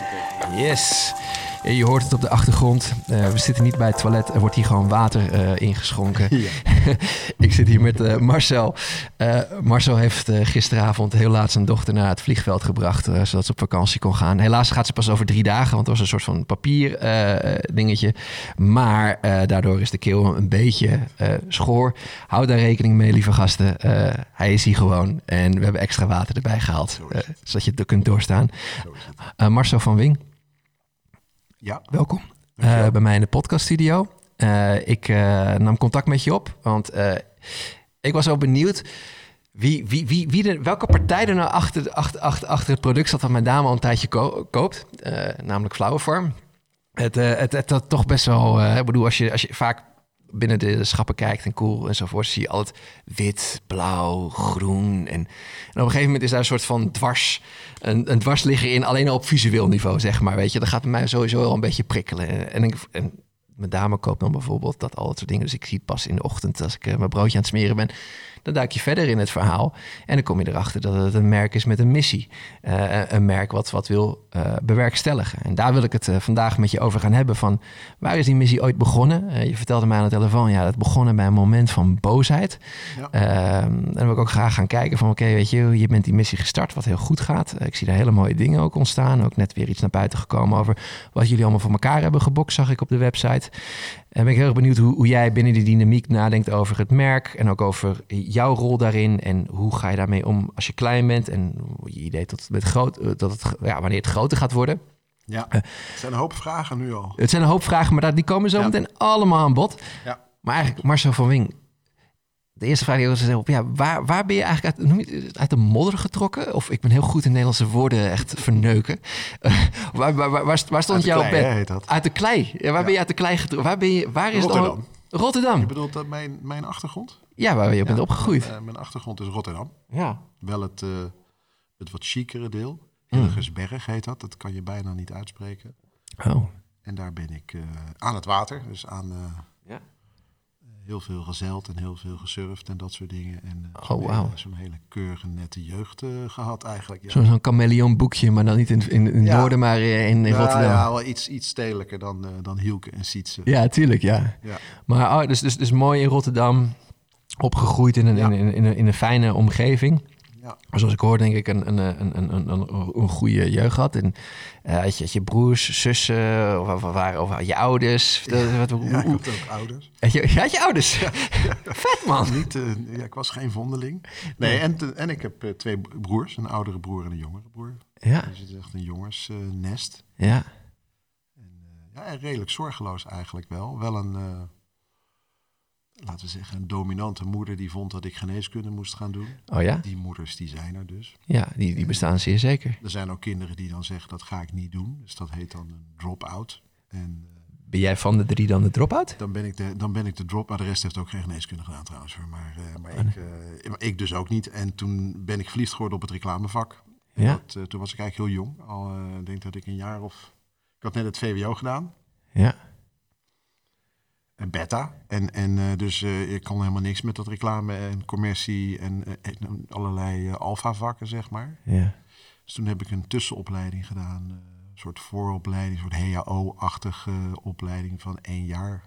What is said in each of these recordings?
Yes. Je hoort het op de achtergrond. We zitten niet bij het toilet. Er wordt hier gewoon water ingeschonken. Ja. Ik zit hier met Marcel. Marcel heeft gisteravond heel laat zijn dochter naar het vliegveld gebracht, zodat ze op vakantie kon gaan. Helaas gaat ze pas over 3 dagen, want het was een soort van papier dingetje. Maar daardoor is de keel een beetje schoor. Houd daar rekening mee, lieve gasten. Hij is hier gewoon en we hebben extra water erbij gehaald, zodat je het kunt doorstaan. Marcel van Wing. Ja. Welkom bij mij in de podcaststudio. Ik nam contact met je op, want ik was wel benieuwd welke partij er nou achter het product zat wat mijn dame al een tijdje koopt, namelijk Flower Farm. Het toch best wel, ik bedoel, als je vaak binnen de schappen kijkt en cool enzovoort, zie je altijd wit, blauw, groen. En op een gegeven moment is daar een soort van een dwarsligger in, alleen al op visueel niveau, zeg maar. Weet je, dat gaat bij mij sowieso wel een beetje prikkelen. En mijn dame koopt dan bijvoorbeeld dat al dat soort dingen. Dus ik zie het pas in de ochtend als ik mijn broodje aan het smeren ben. Dan duik je verder in het verhaal en dan kom je erachter dat het een merk is met een missie. Een merk wat wil bewerkstelligen. En daar wil ik het vandaag met je over gaan hebben. Van waar is die missie ooit begonnen? Je vertelde mij aan de telefoon, ja, dat begonnen bij een moment van boosheid. Ja. En dan wil ik ook graag gaan kijken van oké, weet je bent die missie gestart, wat heel goed gaat. Ik zie daar hele mooie dingen ook ontstaan. Ook net weer iets naar buiten gekomen over wat jullie allemaal voor elkaar hebben gebokst, zag ik op de website. En ben ik heel erg benieuwd hoe jij binnen die dynamiek nadenkt over het merk en ook over jouw rol daarin en hoe ga je daarmee om als je klein bent en je idee wanneer het groter gaat worden. Ja, het zijn een hoop vragen nu al. Het zijn een hoop vragen, maar die komen zo meteen allemaal aan bod. Ja. Maar eigenlijk, Marcel van Wing, de eerste vraag die ik wil zeggen, waar ben je eigenlijk uit de modder getrokken? Of ik ben heel goed in Nederlandse woorden echt verneuken. Waar stond jouw bed? Uit de klei. Ja, waar ben je uit de klei getrokken? Waar is Rotterdam. Rotterdam. Je bedoelt dat mijn achtergrond? Ja, waar je bent opgegroeid. Mijn achtergrond is Rotterdam. Ja. Wel het wat chicere deel. Hillegersberg heet dat. Dat kan je bijna niet uitspreken. Oh. En daar ben ik aan het water. Dus aan heel veel gezeild en heel veel gesurfd en dat soort dingen. En zo'n hele keurige, nette jeugd gehad eigenlijk. Ja. Zo'n chameleon boekje, maar dan niet in Noorden, maar in Rotterdam. Ja, wel iets stedelijker dan Hielke en Sietse. Ja, tuurlijk, ja. Maar dus mooi in Rotterdam, opgegroeid in een fijne omgeving. Ja. Zoals ik hoor, denk ik, een goede jeugd had. En had je broers, zussen, of je ouders? Ik had ook ouders. Had je ouders? Ja. Vet, man. Ik was geen vondeling. Nee, en ik heb 2 broers, een oudere broer en een jongere broer. Ja. Dus het is echt een jongensnest. Ja. En redelijk zorgeloos eigenlijk wel. Wel laten we zeggen, een dominante moeder die vond dat ik geneeskunde moest gaan doen. Oh ja? Die moeders, die zijn er dus. Ja, die bestaan zeer zeker. Er zijn ook kinderen die dan zeggen, dat ga ik niet doen. Dus dat heet dan een drop-out. Ben jij van de 3 dan de drop-out? Dan ben ik de drop, maar de rest heeft ook geen geneeskunde gedaan trouwens. Maar ik dus ook niet. En toen ben ik verliefd geworden op het reclamevak. Ja. Toen was ik eigenlijk heel jong. Ik denk dat ik een jaar of... Ik had net het VWO gedaan. Ja. En beta. Dus ik kon helemaal niks met dat reclame en commercie en allerlei alfa-vakken, zeg maar. Ja. Dus toen heb ik een tussenopleiding gedaan. Een soort vooropleiding, een soort HAO-achtige opleiding van 1 jaar.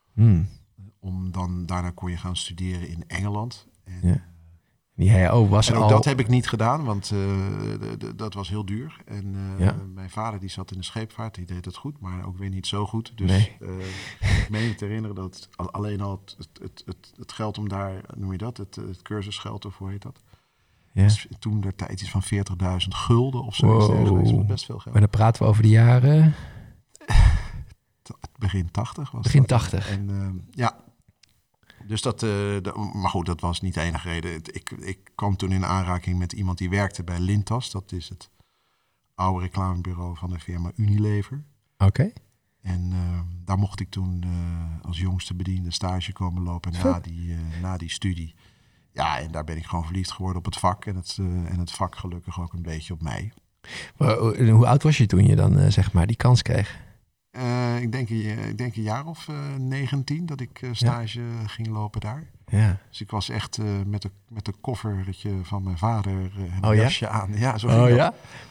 Daarna kon je gaan studeren in Engeland. Die HAO was en ook dat heb ik niet gedaan, want dat was heel duur. En mijn vader die zat in de scheepvaart, die deed het goed, maar ook weer niet zo goed. Dus ik meen me te herinneren dat alleen al het geld om daar, noem je dat, het cursusgeld of hoe heet dat? Ja. Dus toen der tijd iets van 40.000 gulden of zo. Wow. Dat was best veel geld. En dan praten we over de jaren... Begin 80 was Begin dat. 80. En dus maar goed, dat was niet de enige reden. Ik kwam toen in aanraking met iemand die werkte bij Lintas. Dat is het oude reclamebureau van de firma Unilever. Oké. En daar mocht ik toen als jongste bediende stage komen lopen na die studie. Ja, en daar ben ik gewoon verliefd geworden op het vak. En het vak gelukkig ook een beetje op mij. Hoe oud was je toen je dan zeg maar die kans kreeg? Ik denk een jaar of 19 dat ik stage ging lopen daar. Ja. Dus ik was echt met een koffertje van mijn vader en een jasje aan. Ja, zo ja?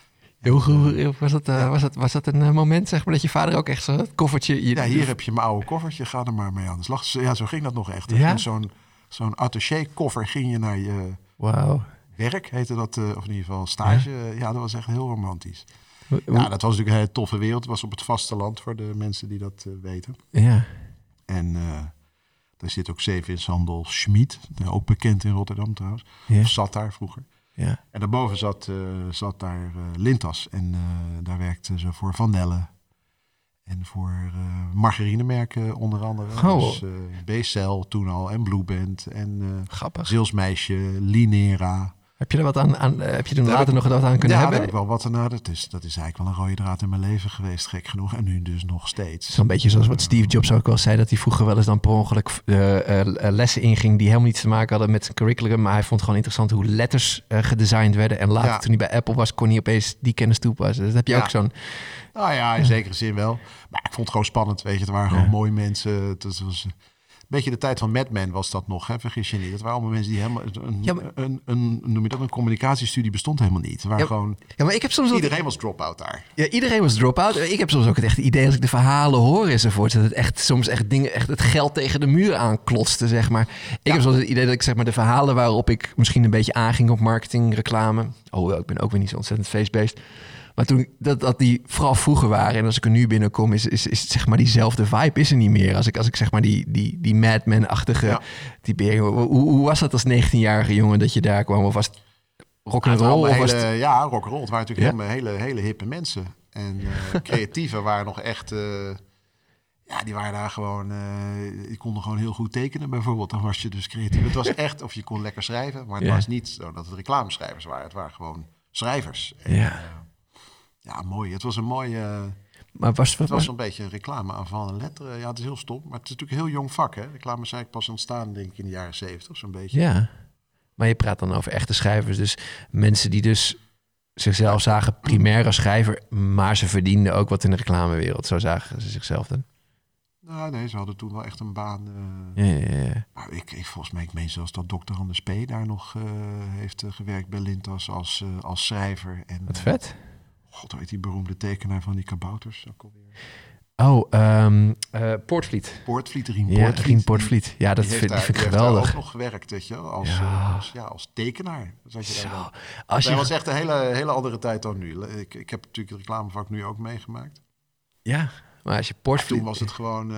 Hoe was dat een moment, zeg maar, dat je vader ook echt het koffertje... Ja, hier heb je mijn oude koffertje, ga er maar mee aan de slag. Ja, zo ging dat nog echt. Ja? Zo'n attaché-koffer ging je naar je werk, heette dat, of in ieder geval stage. Ja, dat was echt heel romantisch. Ja, dat was natuurlijk een hele toffe wereld. Het was op het vasteland, voor de mensen die dat weten. Ja. En daar zit ook zeevishandel Schmid, ook bekend in Rotterdam trouwens. Ja. Of zat daar vroeger. Ja. En daarboven zat daar Lintas. En daar werkte ze voor Van Nelle. En voor margarinemerken onder andere. Dus B-Cell toen al. En Blueband. En Zielsmeisje, Linera. Heb je er wat aan heb je er later nog wat aan kunnen hebben? Ja, heb ik wel wat aan. Dat is eigenlijk wel een rode draad in mijn leven geweest, gek genoeg. En nu dus nog steeds. Zo'n beetje zoals wat Steve Jobs ook wel zei, dat hij vroeger wel eens dan per ongeluk lessen inging die helemaal niets te maken hadden met zijn curriculum. Maar hij vond het gewoon interessant hoe letters gedesigned werden. En later, toen hij bij Apple was, kon hij opeens die kennis toepassen. Dus dat heb je ook zo'n... Nou ja, in zekere zin wel. Maar ik vond het gewoon spannend, weet je. Het waren gewoon mooie mensen. Het was... Een beetje de tijd van Mad Men was dat nog, hè? Vergis je niet. Dat waren allemaal mensen die helemaal... noem je dat, een communicatiestudie bestond helemaal niet. Maar ik heb soms iedereen was drop-out daar. Ja, iedereen was drop-out. Ik heb soms ook het echte idee, als ik de verhalen hoor enzovoort, dat het soms echt het geld tegen de muur aanklotste, zeg maar. Ik heb soms het idee dat ik, zeg maar, de verhalen waarop ik misschien een beetje aanging op marketing, reclame. Ik ben ook weer niet zo ontzettend feestbeest. Maar toen dat die vooral vroeger waren, en als ik er nu binnenkom, is zeg maar diezelfde vibe is er niet meer. Als ik zeg maar die Mad Men-achtige typering. Hoe was dat als 19-jarige jongen dat je daar kwam? Of was het rock'n'roll? Ja, rock'n'roll. Het waren natuurlijk hele hippe mensen. En creatieven waren nog echt... die waren daar gewoon... die konden gewoon heel goed tekenen bijvoorbeeld. Dan was je dus creatief. Het was echt... Of je kon lekker schrijven. Maar het was niet zo dat het reclameschrijvers waren. Het waren gewoon schrijvers. Ja, mooi. Het was een mooie... het was een beetje een reclame avant la lettre. Ja, het is heel stom. Maar het is natuurlijk een heel jong vak, hè? Reclame is eigenlijk pas ontstaan, denk ik, in de jaren 70, zo'n beetje. Ja, maar je praat dan over echte schrijvers. Dus mensen die dus zichzelf zagen primair als schrijver, maar ze verdienden ook wat in de reclamewereld. Zo zagen ze zichzelf dan. Nou, nee, ze hadden toen wel echt een baan. Ja. Maar ik meen zelfs dat Dr. Anders P. daar nog heeft gewerkt bij Lintas als schrijver. En, wat vet. God, hoe heet die beroemde tekenaar van die kabouters? Poortvliet. Rien Poortvliet. Ja, dat vind ik geweldig. Hij heeft ook nog gewerkt, weet je, als tekenaar. Hij was echt een hele andere tijd dan nu. Ik heb natuurlijk het reclamevak nu ook meegemaakt. Ja, maar als je Poortvliet... Toen was het gewoon...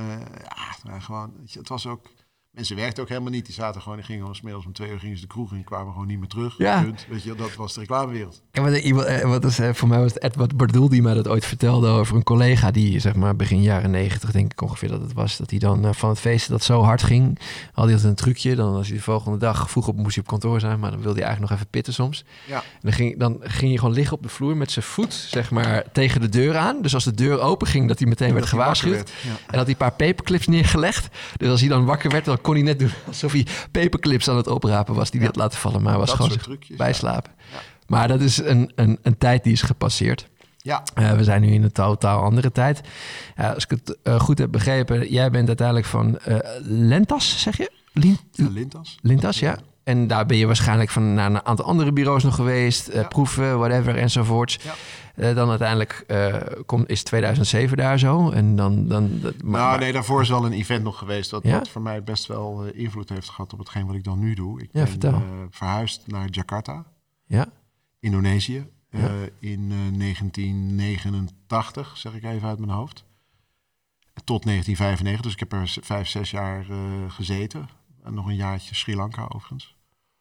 het was ook... Mensen werkten ook helemaal niet. Die zaten gewoon, die gingen gewoon 's middags om 2 uur gingen ze de kroeg in, kwamen gewoon niet meer terug. Ja. Punt. Weet je, dat was de reclamewereld. Ja, voor mij was het Edward Bardoel die mij dat ooit vertelde over een collega die, zeg maar, begin jaren 90, denk ik ongeveer dat het was, dat hij dan van het feest dat zo hard ging, had hij altijd een trucje. Dan als hij de volgende dag vroeg moest hij op kantoor zijn, maar dan wilde hij eigenlijk nog even pitten soms. Ja. En dan ging hij gewoon liggen op de vloer met zijn voet, zeg maar, tegen de deur aan. Dus als de deur open ging, dat hij meteen werd gewaarschuwd. Ja. En had hij een paar paperclips neergelegd. Dus als hij dan wakker werd, dan kon hij net doen alsof hij paperclips aan het oprapen was die hij had laten vallen, maar was gewoon bijslapen. Ja. Maar dat is een tijd die is gepasseerd. Ja. We zijn nu in een totaal andere tijd. Als ik het goed heb begrepen, jij bent uiteindelijk van Lentas, zeg je? Lintas, ja. En daar ben je waarschijnlijk naar een aantal andere bureaus nog geweest, proeven, whatever, enzovoorts. Ja. Dan uiteindelijk is 2007 daar zo. En nee, daarvoor is wel een event nog geweest wat voor mij best wel invloed heeft gehad op hetgeen wat ik dan nu doe. Ik ben verhuisd naar Jakarta, Indonesië, in 1989, zeg ik even uit mijn hoofd. Tot 1995, dus ik heb er 5-6 jaar gezeten. En nog een jaartje Sri Lanka overigens.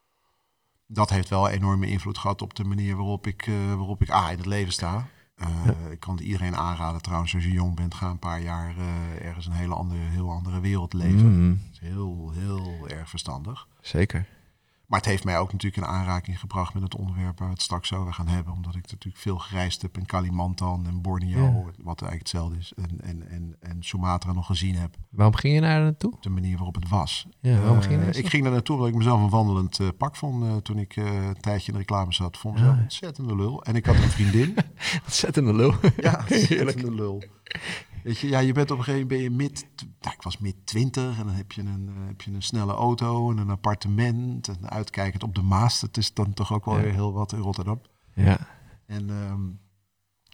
Dat heeft wel enorme invloed gehad op de manier waarop ik in het leven sta. Ik kan het iedereen aanraden trouwens, als je jong bent, ga een paar jaar ergens een heel andere wereld leven. Dat is heel, heel erg verstandig. Zeker. Maar het heeft mij ook natuurlijk in aanraking gebracht met het onderwerp waar we het straks over gaan hebben. Omdat ik natuurlijk veel gereisd heb in Kalimantan en Borneo, wat eigenlijk hetzelfde is. En Sumatra nog gezien heb. Waarom ging je daar naartoe? De manier waarop het was. Ja, waarom ging je naartoe? Ik ging daar naartoe omdat ik mezelf een wandelend pak vond toen ik een tijdje in de reclame zat. Vond mezelf een ontzettende lul. En ik had een vriendin. Ontzettende lul. Ja, ontzettende lul. Weet je, je bent op een gegeven moment ik was mid-20 en dan heb je een snelle auto en een appartement en uitkijkend op de Maas. Dat is dan toch ook wel weer heel wat in Rotterdam. Ja. En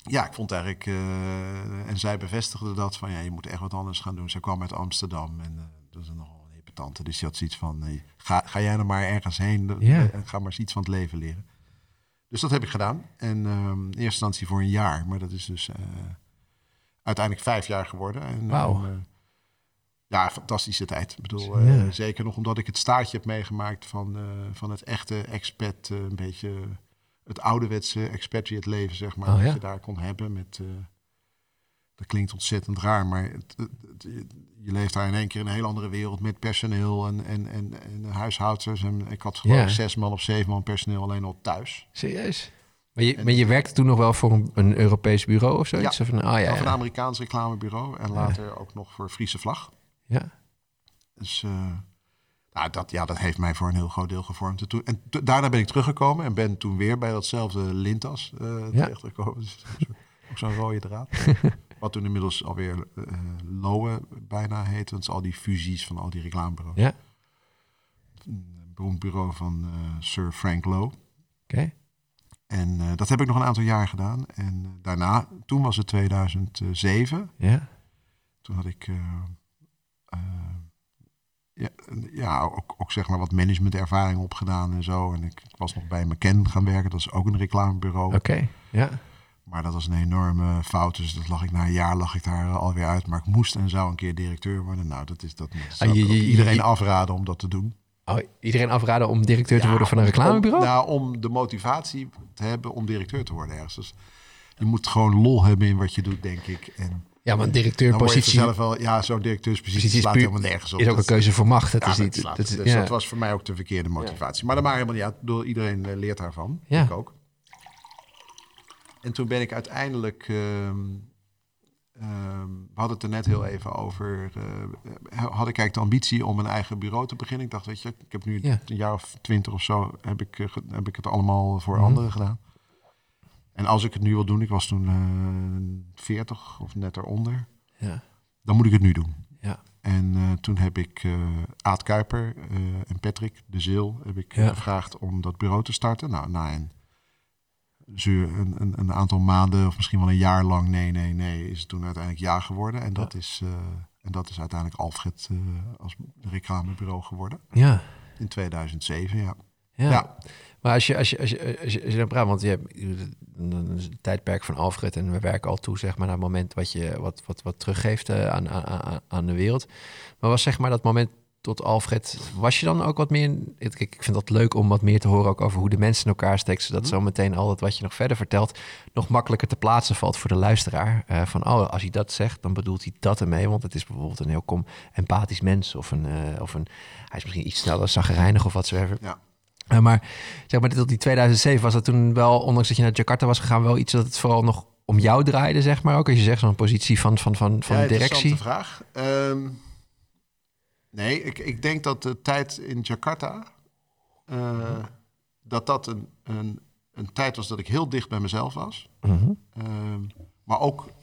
Ja, ik vond eigenlijk... en zij bevestigde dat van... je moet echt wat anders gaan doen. Zij kwam uit Amsterdam en dat is nogal een hippe tante. Dus die had zoiets van... ga jij er maar ergens heen en ga maar eens iets van het leven leren. Dus dat heb ik gedaan. En in eerste instantie voor een jaar. Maar dat is dus uiteindelijk 5 jaar geworden. En, Wauw. Ja, fantastische tijd. Ik bedoel, zeker nog omdat ik het staartje heb meegemaakt van het echte expat, een beetje het ouderwetse expatriate leven, zeg maar. Dat je daar kon hebben met... dat klinkt ontzettend raar, maar je leeft daar in één keer in een heel andere wereld met personeel en huishoudsters. En ik had gewoon 6 man of 7 man personeel alleen al thuis. Serieus? Maar je werkte toen nog wel voor een Europees bureau of zoiets? Ja, of of een Amerikaans reclamebureau en later ook nog voor Friese Vlag. Ja. Dus dat heeft mij voor een heel groot deel gevormd. En daarna ben ik teruggekomen en ben toen weer bij datzelfde Lintas terechtgekomen. Dus ook zo'n rode draad. Wat toen inmiddels alweer Lowe bijna heet. Want al die fusies van al die reclamebureaus. Ja. Een beroemd bureau van Sir Frank Lowe. Oké. En dat heb ik nog een aantal jaar gedaan. En daarna, toen was het 2007. Ja. Toen had ik ook zeg maar wat managementervaring opgedaan en zo. En ik was nog bij McCann gaan werken. Dat is ook een reclamebureau. Oké, ja. Maar dat was een enorme fout. Dus na een jaar lag ik daar alweer uit. Maar ik moest en zou een keer directeur worden. Nou, dat zou ik iedereen afraden om dat te doen. Oh, iedereen afraden om directeur te worden van een reclamebureau? Om de motivatie te hebben om directeur te worden ergens. Dus je moet gewoon lol hebben in wat je doet, denk ik. En ja, maar een directeurpositie... zelf wel, zo'n directeurspositie slaat helemaal nergens op. Is ook een keuze voor macht. Dat was voor mij ook de verkeerde motivatie. Ja. Maar dat maakt helemaal niet uit. Iedereen leert daarvan. Ja. Ik ook. En toen ben ik uiteindelijk... we hadden het er net heel even over. Had ik eigenlijk de ambitie om een eigen bureau te beginnen. Ik dacht, weet je, ik heb nu een jaar of 20 of zo... heb ik het allemaal voor anderen gedaan. En als ik het nu wil doen, ik was toen 40 of net eronder, dan moet ik het nu doen. Ja. En toen heb ik Aad Kuiper en Patrick de Zeel gevraagd om dat bureau te starten. Nou, na een aantal maanden of misschien wel een jaar lang nee, is het toen uiteindelijk ja geworden. En dat is uiteindelijk Alfred als reclamebureau geworden. Ja. In 2007, ja. Maar als je dan praat, want je hebt een tijdperk van Alfred en we werken al toe, zeg maar, naar het moment wat je wat teruggeeft aan de wereld. Maar was zeg maar dat moment tot Alfred, was je dan ook wat meer... Ik vind dat leuk om wat meer te horen ook over hoe de mensen in elkaar steken, zodat zo meteen al dat wat je nog verder vertelt nog makkelijker te plaatsen valt voor de luisteraar. Als hij dat zegt, dan bedoelt hij dat ermee, want het is bijvoorbeeld een heel empathisch mens of hij is misschien iets sneller chagrijnig of watsoever. Ja. Maar zeg maar, tot die 2007 was dat toen wel, ondanks dat je naar Jakarta was gegaan, wel iets dat het vooral nog om jou draaide, zeg maar. Ook als je zegt zo'n positie van directie. Interessante vraag. Nee, ik denk dat de tijd in Jakarta, dat een tijd was dat ik heel dicht bij mezelf was. Mm-hmm. Maar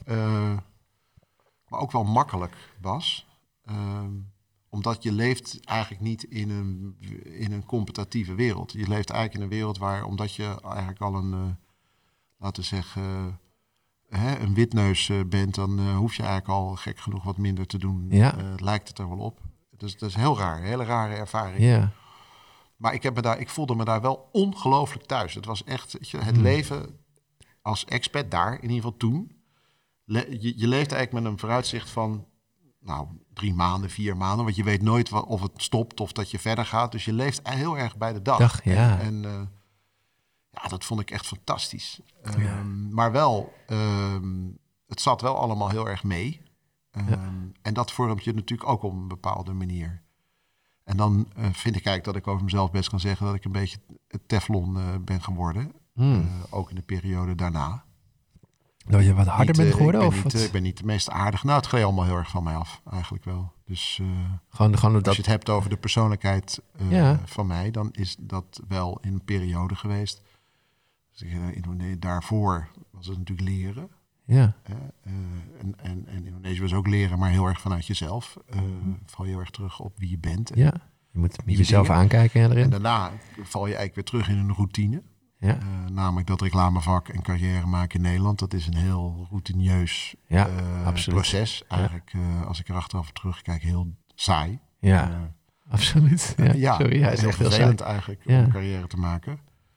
ook wel makkelijk was. Omdat je leeft eigenlijk niet in een competitieve wereld. Je leeft eigenlijk in een wereld waar, omdat je eigenlijk al laten we zeggen, een witneus bent, dan hoef je eigenlijk al gek genoeg wat minder te doen. Ja. Lijkt het er wel op. Dus dat is heel raar, een hele rare ervaring. Ja. Maar ik voelde me daar wel ongelooflijk thuis. Het was echt het leven als expat daar, in ieder geval toen. Je leeft eigenlijk met een vooruitzicht van 3 maanden, 4 maanden. Want je weet nooit of het stopt of dat je verder gaat. Dus je leeft heel erg bij de dag. En dat vond ik echt fantastisch. Maar wel, het zat wel allemaal heel erg mee. En dat vormt je natuurlijk ook op een bepaalde manier. En dan vind ik eigenlijk dat ik over mezelf best kan zeggen dat ik een beetje Teflon ben geworden. Ook in de periode daarna. Dat je wat harder bent geworden? Ik ben niet de meest aardige. Nou, het gleed allemaal heel erg van mij af, eigenlijk wel. Dus gewoon als je het hebt over de persoonlijkheid van mij, dan is dat wel in een periode geweest. Dus daarvoor was het natuurlijk leren. Ja. En Indonesië was ook leren, maar heel erg vanuit jezelf. Val je heel erg terug op wie je bent. Ja, je moet jezelf aankijken. En daarna val je eigenlijk weer terug in een routine. Ja. Namelijk dat reclamevak en carrière maken in Nederland. Dat is een heel routineus proces. Eigenlijk, als ik er achteraf op terugkijk, heel saai. Ja, absoluut. Ja. Sorry, hij is echt heel vervelend saai. eigenlijk om een carrière te maken.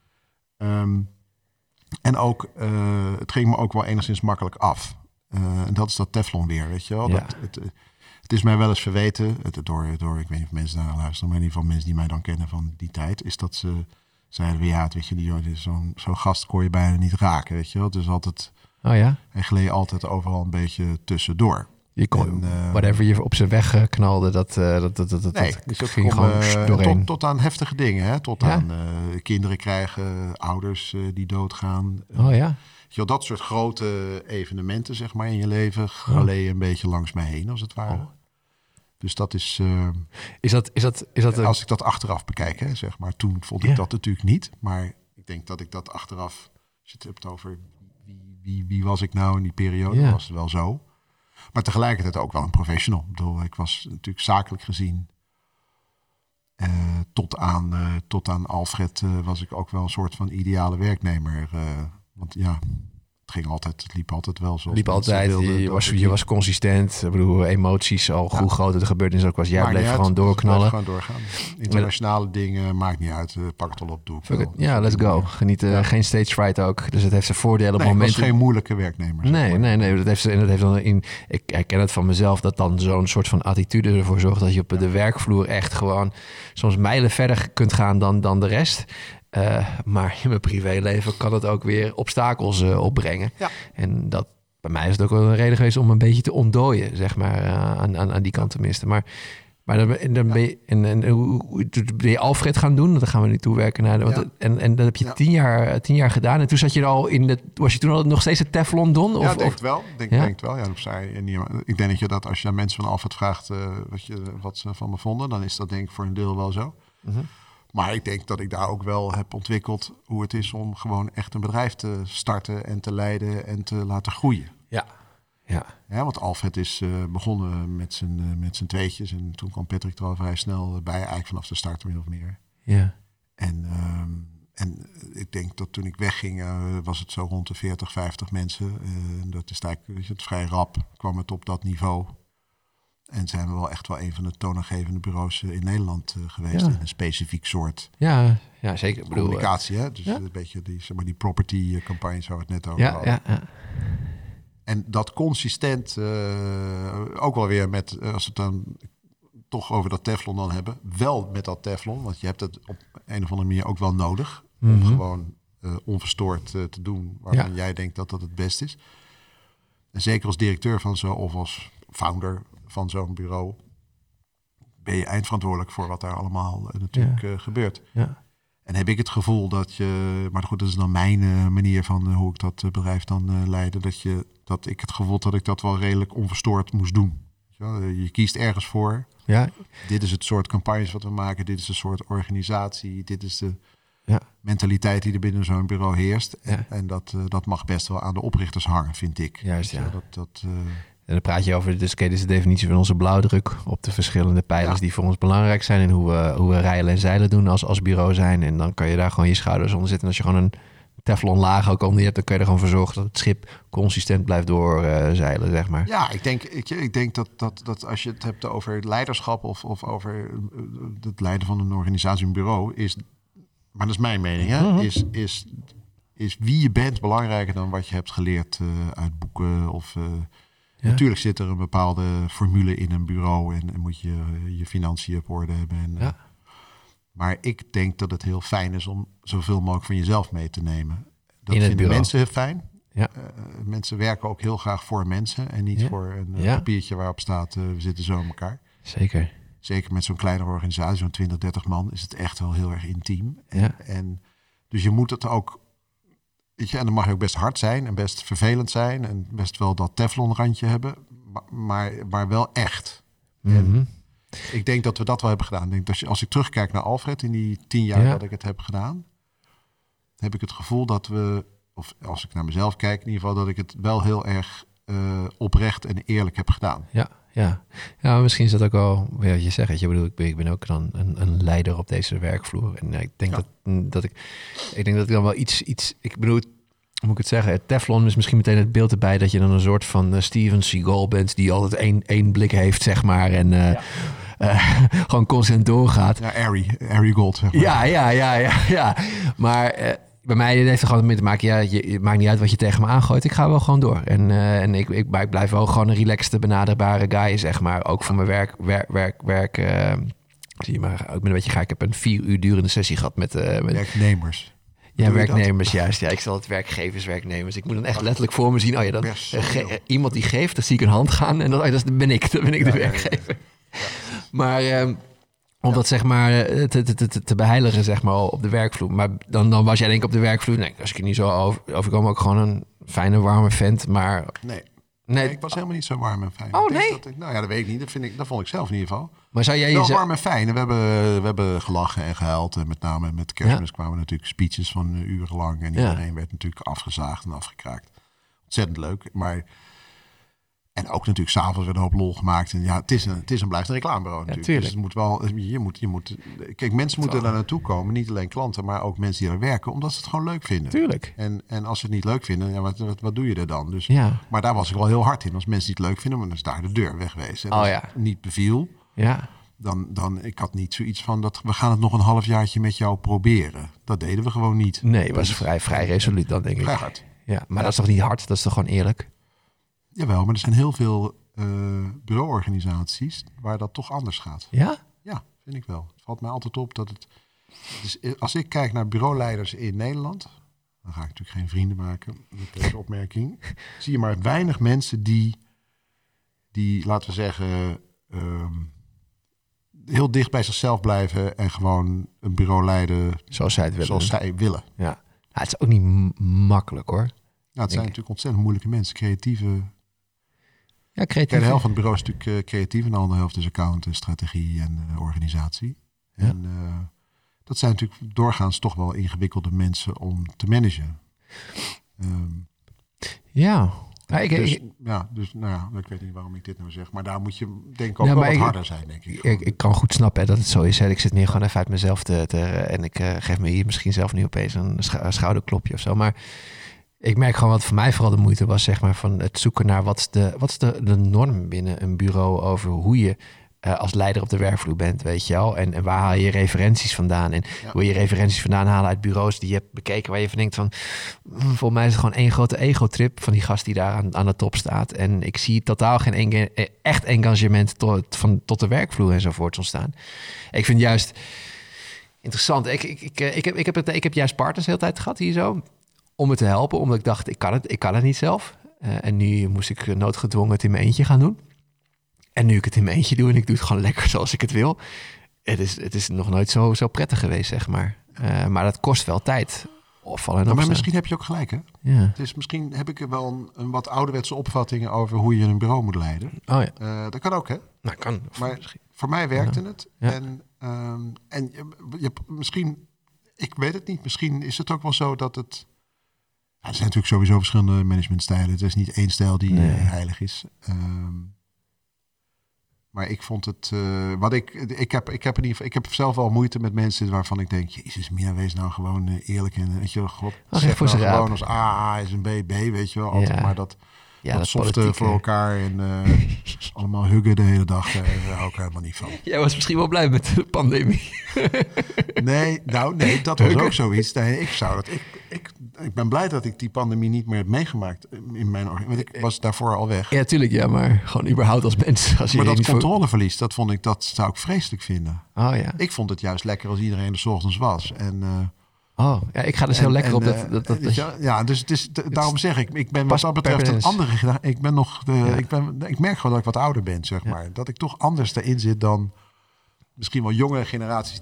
En ook, het ging me ook wel enigszins makkelijk af. En dat is dat Teflon weer, weet je wel. Ja. Het is mij wel eens verweten, door ik weet niet of mensen naar luisteren, maar in ieder geval mensen die mij dan kennen van die tijd, is dat ze zeiden, weet je, zo'n gast kon je bijna niet raken, weet je wel. Dus altijd, hij gleed altijd overal een beetje tussendoor. Je kon, whatever je op zijn weg knalde, dat ging gewoon doorheen. Tot aan heftige dingen, hè? Tot aan kinderen krijgen, ouders die doodgaan. Dat soort grote evenementen, zeg maar, in je leven gleed een beetje langs mij heen, als het ware. Dus dat is... Is dat als ik dat achteraf bekijk, hè, zeg maar. Toen vond ik dat natuurlijk niet. Maar ik denk dat ik dat achteraf... Als je het hebt over wie was ik nou in die periode, was het wel zo. Maar tegelijkertijd ook wel een professional. Ik bedoel, ik was natuurlijk zakelijk gezien... tot aan Alfred was ik ook wel een soort van ideale werknemer. Want het liep altijd wel zoals je was consistent. Ik bedoel, emoties al hoe groot de gebeurtenis ook was. Jij bleef gewoon doorknallen. Gewoon doorgaan. Internationale dingen, maakt niet uit. Pak het al op, doe ik wel. Let's go. Geniet, geen stage fright ook. Dus het heeft zijn voordelen op momenten. Het was geen moeilijke werknemer. Nee. Dat heeft dan ik herken het van mezelf, dat dan zo'n soort van attitude ervoor zorgt dat je op de werkvloer echt gewoon soms mijlen verder kunt gaan dan de rest. Maar in mijn privéleven kan het ook weer obstakels opbrengen. Ja. En dat, bij mij is het ook wel een reden geweest om een beetje te ontdooien, zeg maar, aan die kant tenminste. Maar dan ben je Alfred gaan doen. Dan gaan we nu toewerken naar en dat heb je 10 jaar gedaan. En toen zat je al was je toen al nog steeds het Teflon Don? Ja, denk het wel. Denk het wel. Ja, ik denk dat als je aan mensen van Alfred vraagt wat ze van me vonden, dan is dat denk ik voor een deel wel zo. Mm-hmm. Maar ik denk dat ik daar ook wel heb ontwikkeld hoe het is om gewoon echt een bedrijf te starten en te leiden en te laten groeien. Ja, want Alfred is begonnen met zijn tweetjes en toen kwam Patrick er al vrij snel bij, eigenlijk vanaf de start min of meer. Ja. En ik denk dat toen ik wegging was het zo rond de 40, 50 mensen. Dat is eigenlijk het vrij rap, kwam het op dat niveau. En zijn we wel echt wel een van de toonaangevende bureaus in Nederland geweest. In een specifiek soort zeker. communicatie. Hè? Dus een beetje die property campagne waar we het net over hadden. Ja. En dat consistent, ook wel weer met, als we het dan toch over dat Teflon dan hebben. Wel met dat Teflon, want je hebt het op een of andere manier ook wel nodig. Mm-hmm. Om gewoon onverstoord te doen waarvan jij denkt dat het best is. En zeker als directeur van zo of als founder van zo'n bureau ben je eindverantwoordelijk voor wat daar allemaal natuurlijk gebeurt. Ja. En heb ik het gevoel dat je, maar goed, dat is dan mijn manier van hoe ik dat bedrijf dan leidde, dat ik het gevoel dat ik dat wel redelijk onverstoord moest doen. Je kiest ergens voor. Ja. Dit is het soort campagnes wat we maken. Dit is een soort organisatie. Dit is de mentaliteit die er binnen zo'n bureau heerst. Ja. En dat mag best wel aan de oprichters hangen, vind ik. Juist, ja. En dan praat je over, dus is de definitie van onze blauwdruk op de verschillende pijlers die voor ons belangrijk zijn en hoe we rijlen en zeilen doen als bureau zijn. En dan kan je daar gewoon je schouders onder zetten. En als je gewoon een Teflon laag ook onder je hebt, dan kun je er gewoon voor zorgen dat het schip consistent blijft doorzeilen, zeg maar. Ja, ik denk dat als je het hebt over leiderschap of over het leiden van een organisatie, een bureau, maar dat is mijn mening, hè, mm-hmm. is wie je bent belangrijker dan wat je hebt geleerd uit boeken of... Natuurlijk zit er een bepaalde formule in een bureau en moet je je financiën op orde hebben. Maar ik denk dat het heel fijn is om zoveel mogelijk van jezelf mee te nemen. Dat vinden mensen heel fijn. Ja. Mensen werken ook heel graag voor mensen en niet voor een papiertje waarop staat we zitten zo in elkaar. Zeker. Zeker met zo'n kleinere organisatie, zo'n 20, 30 man, is het echt wel heel erg intiem. En dus je moet het ook... En dan mag je ook best hard zijn en best vervelend zijn en best wel dat Teflon-randje hebben, maar wel echt. Mm-hmm. Ik denk dat we dat wel hebben gedaan. Ik denk dat als ik terugkijk naar Alfred in die 10 jaar dat ik het heb gedaan, heb ik het gevoel dat we, of als ik naar mezelf kijk in ieder geval, dat ik het wel heel erg oprecht en eerlijk heb gedaan. Ja, misschien is dat ook wel wat je zegt. Je bedoel, ik ben ook dan een leider op deze werkvloer. En ik denk dat ik dan wel iets... Ik bedoel, hoe moet ik het zeggen? Teflon is misschien meteen het beeld erbij dat je dan een soort van Steven Seagal bent die altijd één blik heeft, zeg maar. En gewoon constant doorgaat. Ja, Harry Gold, zeg maar. Ja. Maar bij mij heeft er gewoon mee te maken. Ja, het maakt niet uit wat je tegen me aangooit. Ik ga wel gewoon door. En ik blijf wel gewoon een relaxte, benaderbare guy, zeg maar. Ook voor mijn werk. Zie je maar, ik ben een beetje ga. Ik heb een 4 uur durende sessie gehad met werknemers. Ja, werknemers, juist. Ja, ik zal het werkgevers, werknemers. Ik moet dan echt letterlijk voor me zien. Oh ja, dan iemand die geeft, dan zie ik een hand gaan. En dan ben ik de werkgever. Ja. Maar om dat zeg maar te beheiligen, zeg maar, op de werkvloer. Maar dan was jij denk ik op de werkvloer. Nee, als ik er niet zo overkom, ook gewoon een fijne, warme vent. Maar nee, ik was helemaal niet zo warm en fijn. Oh, nee? Dat weet ik niet. Dat vond ik zelf in ieder geval. Maar zou jij wel warm en fijn. En we hebben gelachen en gehuild. En met name met Kerstmis kwamen natuurlijk speeches van urenlang. En iedereen werd natuurlijk afgezaagd en afgekraakt. Ontzettend leuk. Maar... En ook natuurlijk s'avonds werd een hoop lol gemaakt. En ja, het is en blijft een reclamebureau natuurlijk. Dus het moet wel, je moet... Kijk, mensen moeten daar naartoe komen. Niet alleen klanten, maar ook mensen die daar werken. Omdat ze het gewoon leuk vinden. Tuurlijk. En als ze het niet leuk vinden, wat doe je er dan? Dus, maar daar was ik wel heel hard in. Als mensen het niet leuk vinden, dan is daar de deur wegwezen. En als het niet beviel, dan ik had niet zoiets van... we gaan het nog een halfjaartje met jou proberen. Dat deden we gewoon niet. Nee, het was vrij resoluut dan, denk ik. Vrij hard. Ja, maar dat is toch niet hard? Dat is toch gewoon eerlijk? Jawel, maar er zijn heel veel bureauorganisaties waar dat toch anders gaat. Ja? Ja, vind ik wel. Het valt mij altijd op dat het... Dus als ik kijk naar bureauleiders in Nederland... dan ga ik natuurlijk geen vrienden maken met deze opmerking. Zie je maar weinig mensen die laten we zeggen... heel dicht bij zichzelf blijven en gewoon een bureau leiden... Zoals zij het willen. Zoals zij willen. Ja, het is ook niet makkelijk, hoor. Nou, het zijn natuurlijk ontzettend moeilijke mensen. Creatieve... Ja, creatief. Kijk, de helft van het bureau is natuurlijk creatief en de andere helft is account, strategie en organisatie. Ja. En dat zijn natuurlijk doorgaans toch wel ingewikkelde mensen om te managen. Ik weet niet waarom ik dit nou zeg, maar daar moet je denk ik ook wel wat harder zijn, denk ik. Ik kan goed snappen dat het zo is. Hè. Ik zit meer gewoon even uit mezelf en ik geef me hier misschien zelf nu opeens een schouderklopje of zo, maar... Ik merk gewoon wat voor mij vooral de moeite was, zeg maar, van het zoeken naar wat is de norm binnen een bureau over hoe je als leider op de werkvloer bent, weet je wel. En waar haal je referenties vandaan? En wil je referenties vandaan halen uit bureaus die je hebt bekeken, waar je van denkt van, volgens mij is het gewoon één grote ego-trip van die gast die daar aan de top staat. En ik zie totaal geen echt engagement tot de werkvloer enzovoort ontstaan. Ik vind juist interessant. Ik heb juist partners de hele tijd gehad hier zo. Om me te helpen, omdat ik dacht, ik kan het niet zelf. En nu moest ik noodgedwongen het in mijn eentje gaan doen. En nu ik het in mijn eentje doe en ik doe het gewoon lekker zoals ik het wil. Het is nog nooit zo prettig geweest, zeg maar. Maar dat kost wel tijd. Maar misschien heb je ook gelijk, hè? Ja. Dus misschien heb ik wel een wat ouderwetse opvattingen over hoe je een bureau moet leiden. Oh ja. Dat kan ook, hè? Nou, kan. Maar voor mij werkte het. Ja. En misschien, ik weet het niet, misschien is het ook wel zo dat het... Ja, er zijn natuurlijk sowieso verschillende managementstijlen. Het is niet één stijl die heilig is. Maar ik vond het... Ik heb zelf wel moeite met mensen waarvan ik denk... Jezus, Mina, wees nou gewoon eerlijk. En weet je wel, zeg nou gewoon als A is een B, weet je wel. Altijd maar dat softe voor elkaar en allemaal huggen de hele dag. Daar hou ik helemaal niet van. Jij was misschien wel blij met de pandemie. Nee, dat was ook zoiets. Nee, ik ben blij dat ik die pandemie niet meer heb meegemaakt in mijn organisatie. Want ik was daarvoor al weg. Ja, tuurlijk, ja, maar gewoon überhaupt als mens. Maar dat controleverlies, dat zou ik vreselijk vinden. Oh ja. Ik vond het juist lekker als iedereen er 's ochtends was. En ik ga dus heel lekker op dus het is, daarom zeg ik ben wat dat betreft een andere gedaan. Ik merk gewoon dat ik wat ouder ben, zeg maar. Dat ik toch anders erin zit dan misschien wel jonge generaties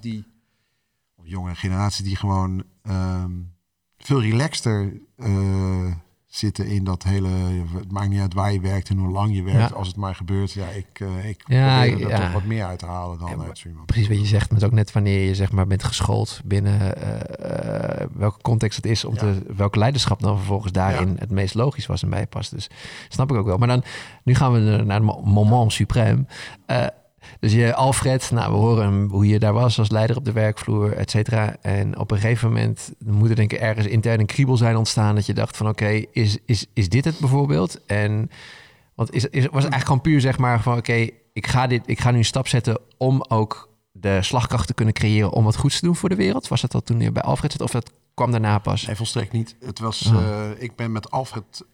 die gewoon veel relaxter zitten in dat hele... Het maakt niet uit waar je werkt en hoe lang je werkt. Ja. Als het maar gebeurt. Ja, ik probeer er toch wat meer uit te halen dan uit iemand. Precies wat je zegt. Maar ook net wanneer je zeg maar bent geschoold binnen welke context het is. Welk leiderschap dan vervolgens daarin het meest logisch was en bij past. Dus snap ik ook wel. Maar dan, nu gaan we naar het moment suprême. Dus je Alfred, we horen hoe je daar was als leider op de werkvloer, et cetera. En op een gegeven moment moet er denk ik ergens intern een kriebel zijn ontstaan dat je dacht van oké, is dit het bijvoorbeeld? En want was het eigenlijk gewoon puur zeg maar van oké, ik ga nu een stap zetten om ook de slagkracht te kunnen creëren om wat goeds te doen voor de wereld? Was dat toen je bij Alfred zat of dat kwam daarna pas? Nee, volstrekt niet. Het was, ik ben met Alfred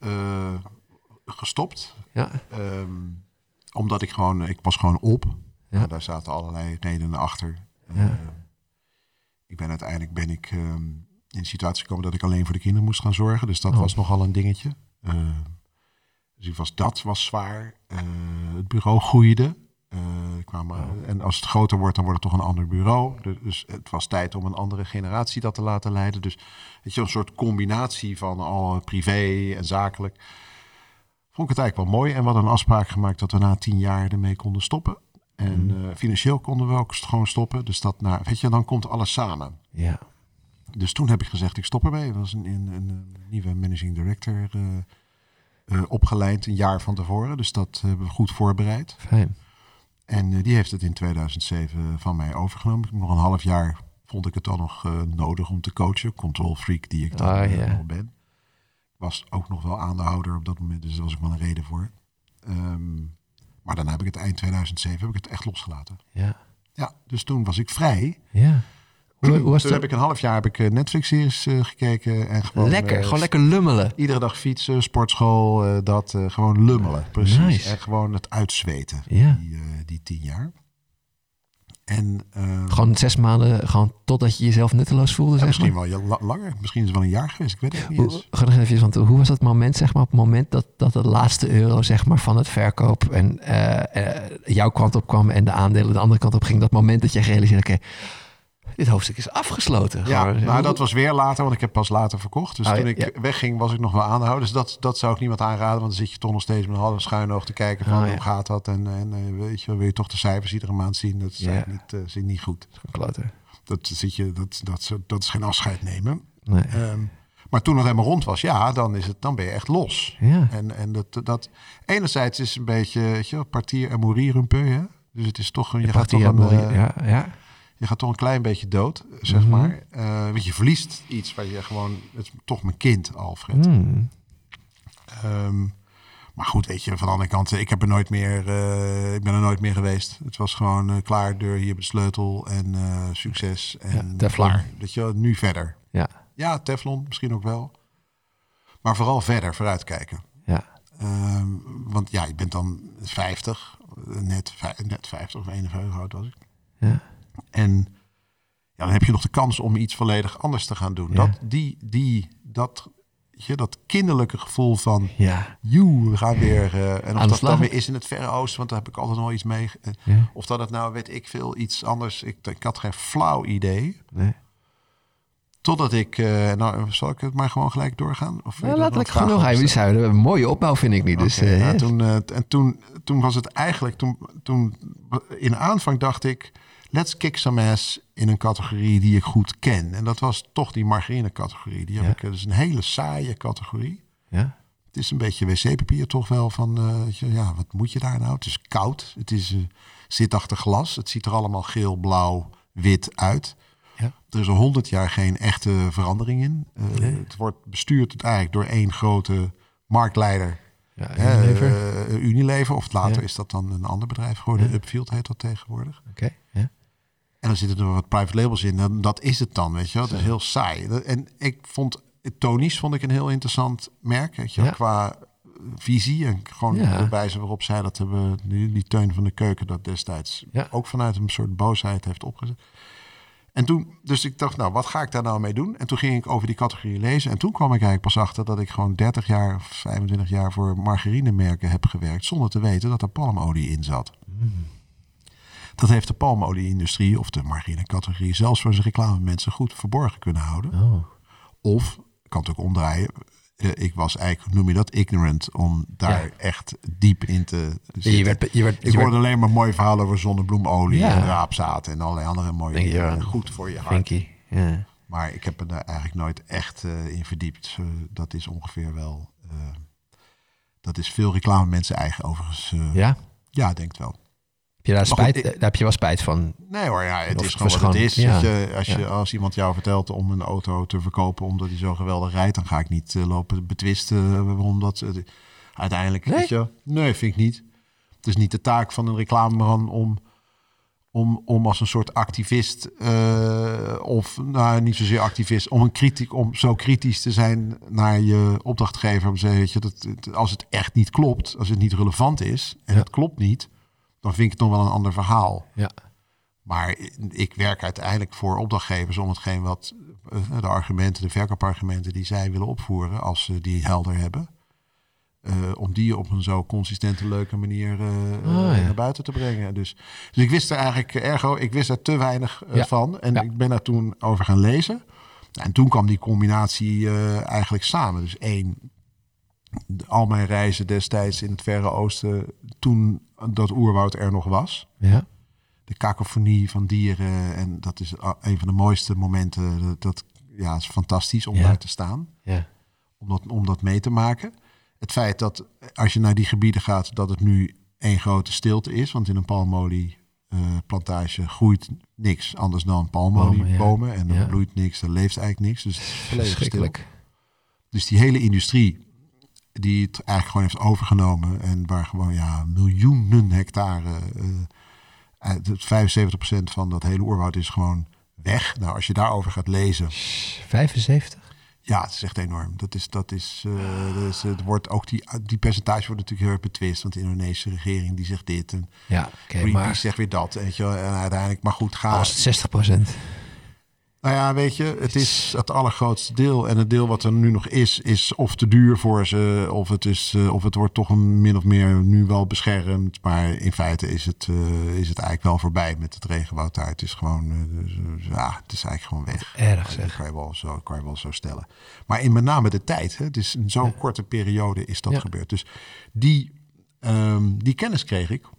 gestopt. Ja. Omdat ik was gewoon op. Ja. Daar zaten allerlei redenen achter. Ja. Uiteindelijk ben ik in de situatie gekomen dat ik alleen voor de kinderen moest gaan zorgen. Dus dat was nogal een dingetje. Dus dat was zwaar. Het bureau groeide. En als het groter wordt, dan wordt het toch een ander bureau. Dus het was tijd om een andere generatie dat te laten leiden. Dus weet je, een soort combinatie van al privé en zakelijk. Vond ik het eigenlijk wel mooi. En we hadden een afspraak gemaakt dat we na 10 jaar ermee konden stoppen. En financieel konden we ook gewoon stoppen. Dus dan komt alles samen. Ja. Dus toen heb ik gezegd, ik stop ermee. Er was een nieuwe managing director opgeleid een jaar van tevoren. Dus dat hebben we goed voorbereid. Fijn. En die heeft het in 2007 van mij overgenomen. Nog een half jaar vond ik het dan nog nodig om te coachen. Control freak die ik dan al ben. Ik was ook nog wel aandeelhouder op dat moment. Dus daar was ook wel een reden voor. Maar daarna heb ik het eind 2007 echt losgelaten. Ja, dus toen was ik vrij. Ja. Hoe was toen heb ik een half jaar Netflix-series gekeken. En gewoon lekker lummelen. Iedere dag fietsen, sportschool, gewoon lummelen. Precies. Nice. En gewoon het uitzweten. Ja. Die 10 jaar. En, gewoon 6 maanden, gewoon totdat je jezelf nutteloos voelde, zeg misschien maar? Misschien wel langer. Misschien is het wel een jaar geweest. Ik weet het niet eens. Want hoe was dat moment, zeg maar, op het moment dat de laatste euro, zeg maar, van het verkoop en jouw kant op kwam en de aandelen de andere kant op ging? Dat moment dat je realiseerde, oké, dit hoofdstuk is afgesloten. Ja, dat was weer later, want ik heb pas later verkocht. Dus toen ik wegging, was ik nog wel aandeelhouder. Dus dat zou ik niemand aanraden, want dan zit je toch nog steeds met een half schuin oog te kijken van hoe gaat dat? En weet je, wil je toch de cijfers iedere maand zien? Dat is eigenlijk niet goed. Dat is geen afscheid nemen. Nee. Maar toen het helemaal rond was, dan ben je echt los. Ja. En dat enerzijds is een beetje, weet je, partir en mourir un peu, hè? Dus het is toch je gaat toch je gaat toch een klein beetje dood, zeg maar. Want je verliest iets waar je gewoon... Het is toch mijn kind, Alfred. Maar goed, weet je, van de andere kant... Ik ben er nooit meer geweest. Het was gewoon klaar, deur, hier heb je de sleutel en succes. En Teflon. Dat je nu verder. Ja, Teflon misschien ook wel. Maar vooral verder, vooruitkijken. Ja. Want je bent dan 50. Net 50 of 51 oud was ik. Ja. En dan heb je nog de kans om iets volledig anders te gaan doen. Ja. Dat kinderlijke gevoel van... we gaan weer... en of dat dan weer is in het Verre Oosten... want daar heb ik altijd nog wel iets mee. Of dat het nou, weet ik veel, iets anders... Ik had geen flauw idee. Nee. Totdat ik... zal ik het maar gewoon gelijk doorgaan? Of laat ik genoeg gaan. Die zouden een mooie opbouw, vind ik niet. Dus, toen was het eigenlijk... Toen in aanvang dacht ik... Let's kick some ass in een categorie die ik goed ken. En dat was toch die margarine-categorie. Die heb ik, dus een hele saaie categorie. Ja. Het is een beetje wc-papier toch wel van... wat moet je daar nou? Het is koud. Het zit achter glas. Het ziet er allemaal geel, blauw, wit uit. Ja. Er is al 100 jaar geen echte verandering in. Het wordt bestuurd eigenlijk door één grote marktleider... Unilever. Of later is dat dan een ander bedrijf geworden. Upfield heet dat tegenwoordig. Okay, ja. En dan zitten er wat private labels in. En dat is het dan, weet je wel. Het is heel saai. En ik vond Tony's een heel interessant merk. Weet je, qua visie. En gewoon de wijze waarop zij dat hebben. Die Teun van de Keuken dat destijds ook vanuit een soort boosheid heeft opgezet. En toen, dus ik dacht, wat ga ik daar nou mee doen? En toen ging ik over die categorie lezen. En toen kwam ik eigenlijk pas achter dat ik gewoon 30 jaar of 25 jaar voor margarinemerken heb gewerkt. Zonder te weten dat er palmolie in zat. Dat heeft de palmolie-industrie of de margarine-categorie zelfs voor zijn reclame mensen goed verborgen kunnen houden. Oh. Of, ik kan het ook omdraaien, ik was eigenlijk, noem je dat, ignorant, om daar echt diep in te zitten. Ik hoorde alleen maar mooie verhalen over zonnebloemolie en raapzaad en allerlei andere mooie goed voor je hart. Ja. Maar ik heb er daar eigenlijk nooit echt in verdiept. Dat is ongeveer wel... dat is veel reclame mensen eigen overigens. Ja, denk het wel. Heb je wel spijt van? Nee hoor, het is gewoon wat het is. Ja. Als iemand jou vertelt om een auto te verkopen omdat hij zo geweldig rijdt, dan ga ik niet lopen betwisten waarom dat uiteindelijk... Nee? Weet je, nee, vind ik niet. Het is niet de taak van een reclameman om als een soort activist of nou niet zozeer activist, om zo kritisch te zijn naar je opdrachtgever. Om te zeggen, weet je, als het echt niet klopt, als het niet relevant is en het klopt niet, dan vind ik het nog wel een ander verhaal. Ja. Maar ik werk uiteindelijk voor opdrachtgevers om hetgeen wat de verkoopargumenten die zij willen opvoeren, als ze die helder hebben, om die op een zo consistente, leuke manier naar buiten te brengen. Dus ik wist er eigenlijk ik wist er te weinig van. En ik ben daar toen over gaan lezen. En toen kwam die combinatie eigenlijk samen. Dus al mijn reizen destijds in het Verre Oosten, toen dat oerwoud er nog was. Ja. De kakofonie van dieren. En dat is een van de mooiste momenten. Dat is fantastisch om daar te staan. Ja. Om dat mee te maken. Het feit dat als je naar die gebieden gaat, dat het nu één grote stilte is. Want in een palmolieplantage groeit niks anders dan palmoliebomen. En er bloeit niks, er leeft eigenlijk niks. Dus het is volledig stil. Dus die hele industrie die het eigenlijk gewoon heeft overgenomen en waar gewoon miljoenen hectare, 75% van dat hele oerwoud is gewoon weg. Nou, als je daarover gaat lezen. 75? Ja, het is echt enorm. Het wordt ook die percentage wordt natuurlijk heel erg betwist, want de Indonesische regering die zegt dit en Greenpeace zegt weer dat. Weet je, en uiteindelijk, maar goed, als het 60%. Nou ja, weet je, het is het allergrootste deel. En het deel wat er nu nog is of te duur voor ze, of het wordt toch min of meer nu wel beschermd. Maar in feite is het eigenlijk wel voorbij met het regenwoud daar. Het is gewoon, het is eigenlijk gewoon weg. Erg zeg. Dat kan je wel zo stellen. Maar in met name de tijd, het is in zo'n korte periode is dat gebeurd. Dus die kennis kreeg ik.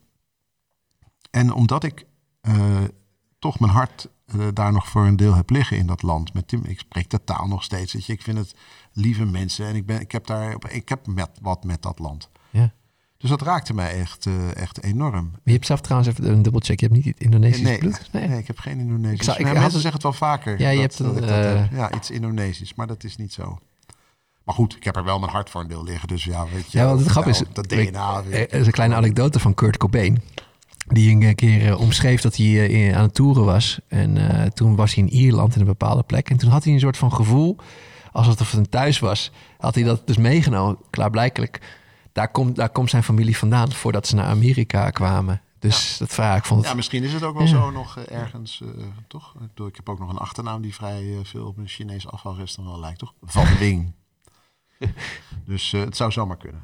En omdat ik toch mijn hart daar nog voor een deel heb liggen in dat land. Ik spreek de taal nog steeds. Weet je. Ik vind het lieve mensen en ik heb wat met dat land. Ja. Dus dat raakte mij echt enorm. Je hebt zelf trouwens even een dubbelcheck. Je hebt niet Indonesisch bloed? Nee, ik heb geen Indonesisch. Mensen zeggen het wel vaker. Ja, je hebt iets Indonesisch, maar dat is niet zo. Maar goed, ik heb er wel mijn hart voor een deel liggen. Dus weet je. Ja, want het grap is, dat DNA. Er is een kleine anekdote van Kurt Cobain. Die een keer omschreef dat hij aan het toeren was. En toen was hij in Ierland in een bepaalde plek. En toen had hij een soort van gevoel, alsof het een thuis was. Had hij dat dus meegenomen. Klaarblijkelijk, daar komt zijn familie vandaan voordat ze naar Amerika kwamen. Dus dat vraag ik vond het... Ja, misschien is het ook wel zo nog ergens, toch? Ik heb ook nog een achternaam die vrij veel op een Chinees afvalrestaurant lijkt, toch? Van Ding. Dus het zou zomaar kunnen.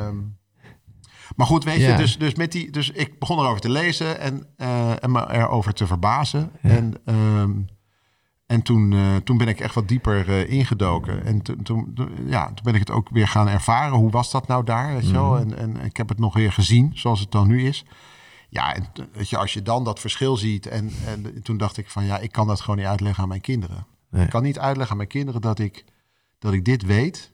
Maar goed, weet je, dus ik begon erover te lezen en me erover te verbazen. Ja. En toen ben ik echt wat dieper ingedoken. En toen ben ik het ook weer gaan ervaren. Hoe was dat nou daar? Weet je wel? En ik heb het nog weer gezien, zoals het dan nu is. Ja, en weet je, als je dan dat verschil ziet. En toen dacht ik van ik kan dat gewoon niet uitleggen aan mijn kinderen. Nee. Ik kan niet uitleggen aan mijn kinderen dat ik dit weet.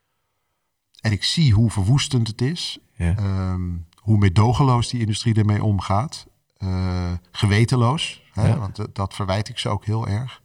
En ik zie hoe verwoestend het is. Ja. Hoe meedogenloos die industrie ermee omgaat. Gewetenloos. Hè, want dat verwijt ik ze ook heel erg.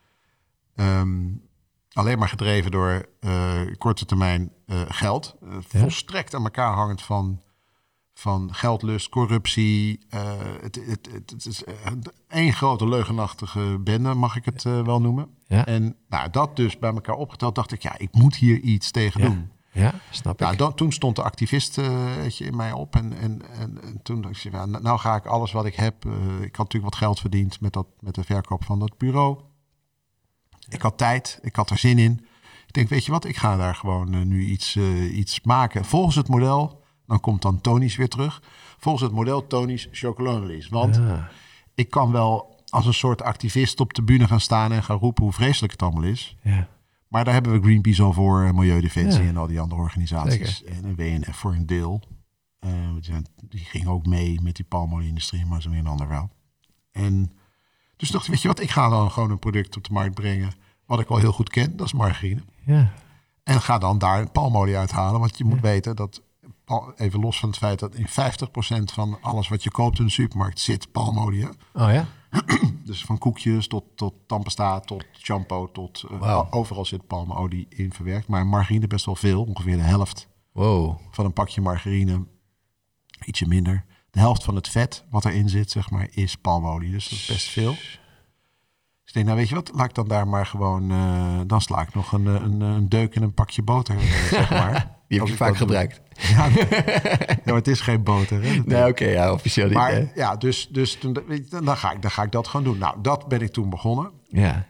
Alleen maar gedreven door korte termijn geld. Volstrekt aan elkaar hangend van geldlust, corruptie. Het is één grote leugenachtige bende, mag ik het wel noemen. Ja. En dat dus bij elkaar opgeteld, dacht ik, ik moet hier iets tegen doen. Ja, snap ik. Toen stond de activist in mij op. En toen dacht ik, nou ga ik alles wat ik heb. Ik had natuurlijk wat geld verdiend met de verkoop van dat bureau. Ik had tijd, ik had er zin in. Ik denk, weet je wat, ik ga daar gewoon nu iets maken. Volgens het model, dan komt dan Tony's weer terug. Volgens het model Tony's Chocolonely. Want ik kan wel als een soort activist op de bühne gaan staan en gaan roepen hoe vreselijk het allemaal is. Ja. Maar daar hebben we Greenpeace al voor, Milieudefensie en al die andere organisaties. Zeker. En een WNF voor een deel. Die ging ook mee met die palmolieindustrie, maar zo weer een ander verhaal. En dus dacht ik, weet je wat, ik ga dan gewoon een product op de markt brengen wat ik al heel goed ken, dat is margarine. Ja. En ga dan daar palmolie uithalen, want je moet weten dat, even los van het feit dat in 50% van alles wat je koopt in de supermarkt zit palmolie. Oh ja? Dus van koekjes tot tandpasta, tot shampoo, tot overal zit palmolie in verwerkt. Maar margarine best wel veel, ongeveer de helft van een pakje margarine, ietsje minder. De helft van het vet wat erin zit, zeg maar, is palmolie. Dus dat is best veel. Dus ik denk, nou weet je wat, laat ik dan daar maar gewoon... dan sla ik nog een deuk in een pakje boter, zeg maar. Die heb je vaak gebruikt. Ja, maar het is geen boter. Hè? Nee, oké, officieel niet. Maar ja, dus dan ga ik dat gewoon doen. Nou, dat ben ik toen begonnen. Ja.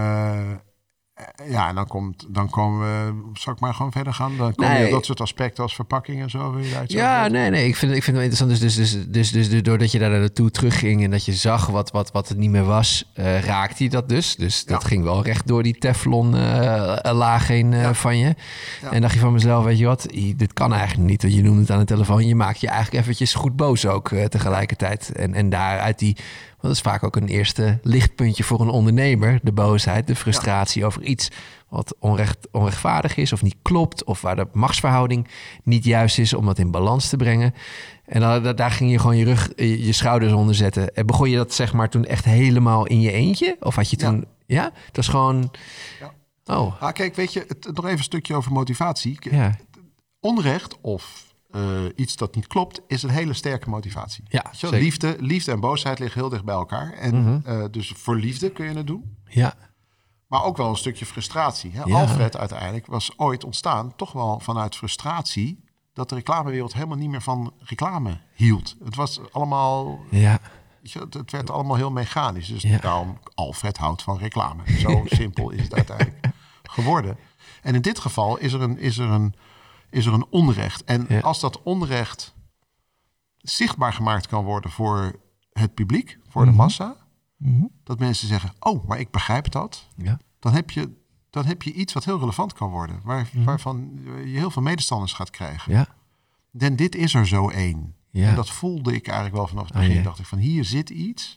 En dan komen we... Zal ik maar gewoon verder gaan? Dan komen we op dat soort aspecten als verpakking en zo. Nee. Ik vind het wel interessant. Dus doordat je daar naartoe terugging en dat je zag wat het niet meer was, raakte je dat dus. Dus dat ging wel recht door die Teflon laag heen van je. Ja. En dacht je van mezelf, weet je wat, dit kan eigenlijk niet. Want je noemde het aan de telefoon. Je maakt je eigenlijk eventjes goed boos ook tegelijkertijd. En daaruit die... Dat is vaak ook een eerste lichtpuntje voor een ondernemer. De boosheid, de frustratie over iets wat onrechtvaardig is of niet klopt. Of waar de machtsverhouding niet juist is om dat in balans te brengen. En daar ging je gewoon je schouders onder zetten. En begon je dat zeg maar toen echt helemaal in je eentje? Of had je toen... Ja? Het was gewoon... Ja. Oh. Kijk, weet je, nog even een stukje over motivatie. Ja. Onrecht of... iets dat niet klopt, is een hele sterke motivatie. Ja, liefde en boosheid liggen heel dicht bij elkaar. En dus voor liefde kun je het doen. Ja. Maar ook wel een stukje frustratie. Hè? Ja. Alfred uiteindelijk was ooit ontstaan, toch wel vanuit frustratie, dat de reclamewereld helemaal niet meer van reclame hield. Het was allemaal... Ja. Het werd allemaal heel mechanisch. Dus daarom Alfred houdt van reclame. Zo simpel is het uiteindelijk geworden. En in dit geval is er een onrecht. En als dat onrecht zichtbaar gemaakt kan worden voor het publiek, voor de massa, dat mensen zeggen, oh, maar ik begrijp dat, dan heb je iets wat heel relevant kan worden, waarvan je heel veel medestanders gaat krijgen. Ja. En dit is er zo één. Ja. En dat voelde ik eigenlijk wel vanaf het begin. Dacht ik van, hier zit iets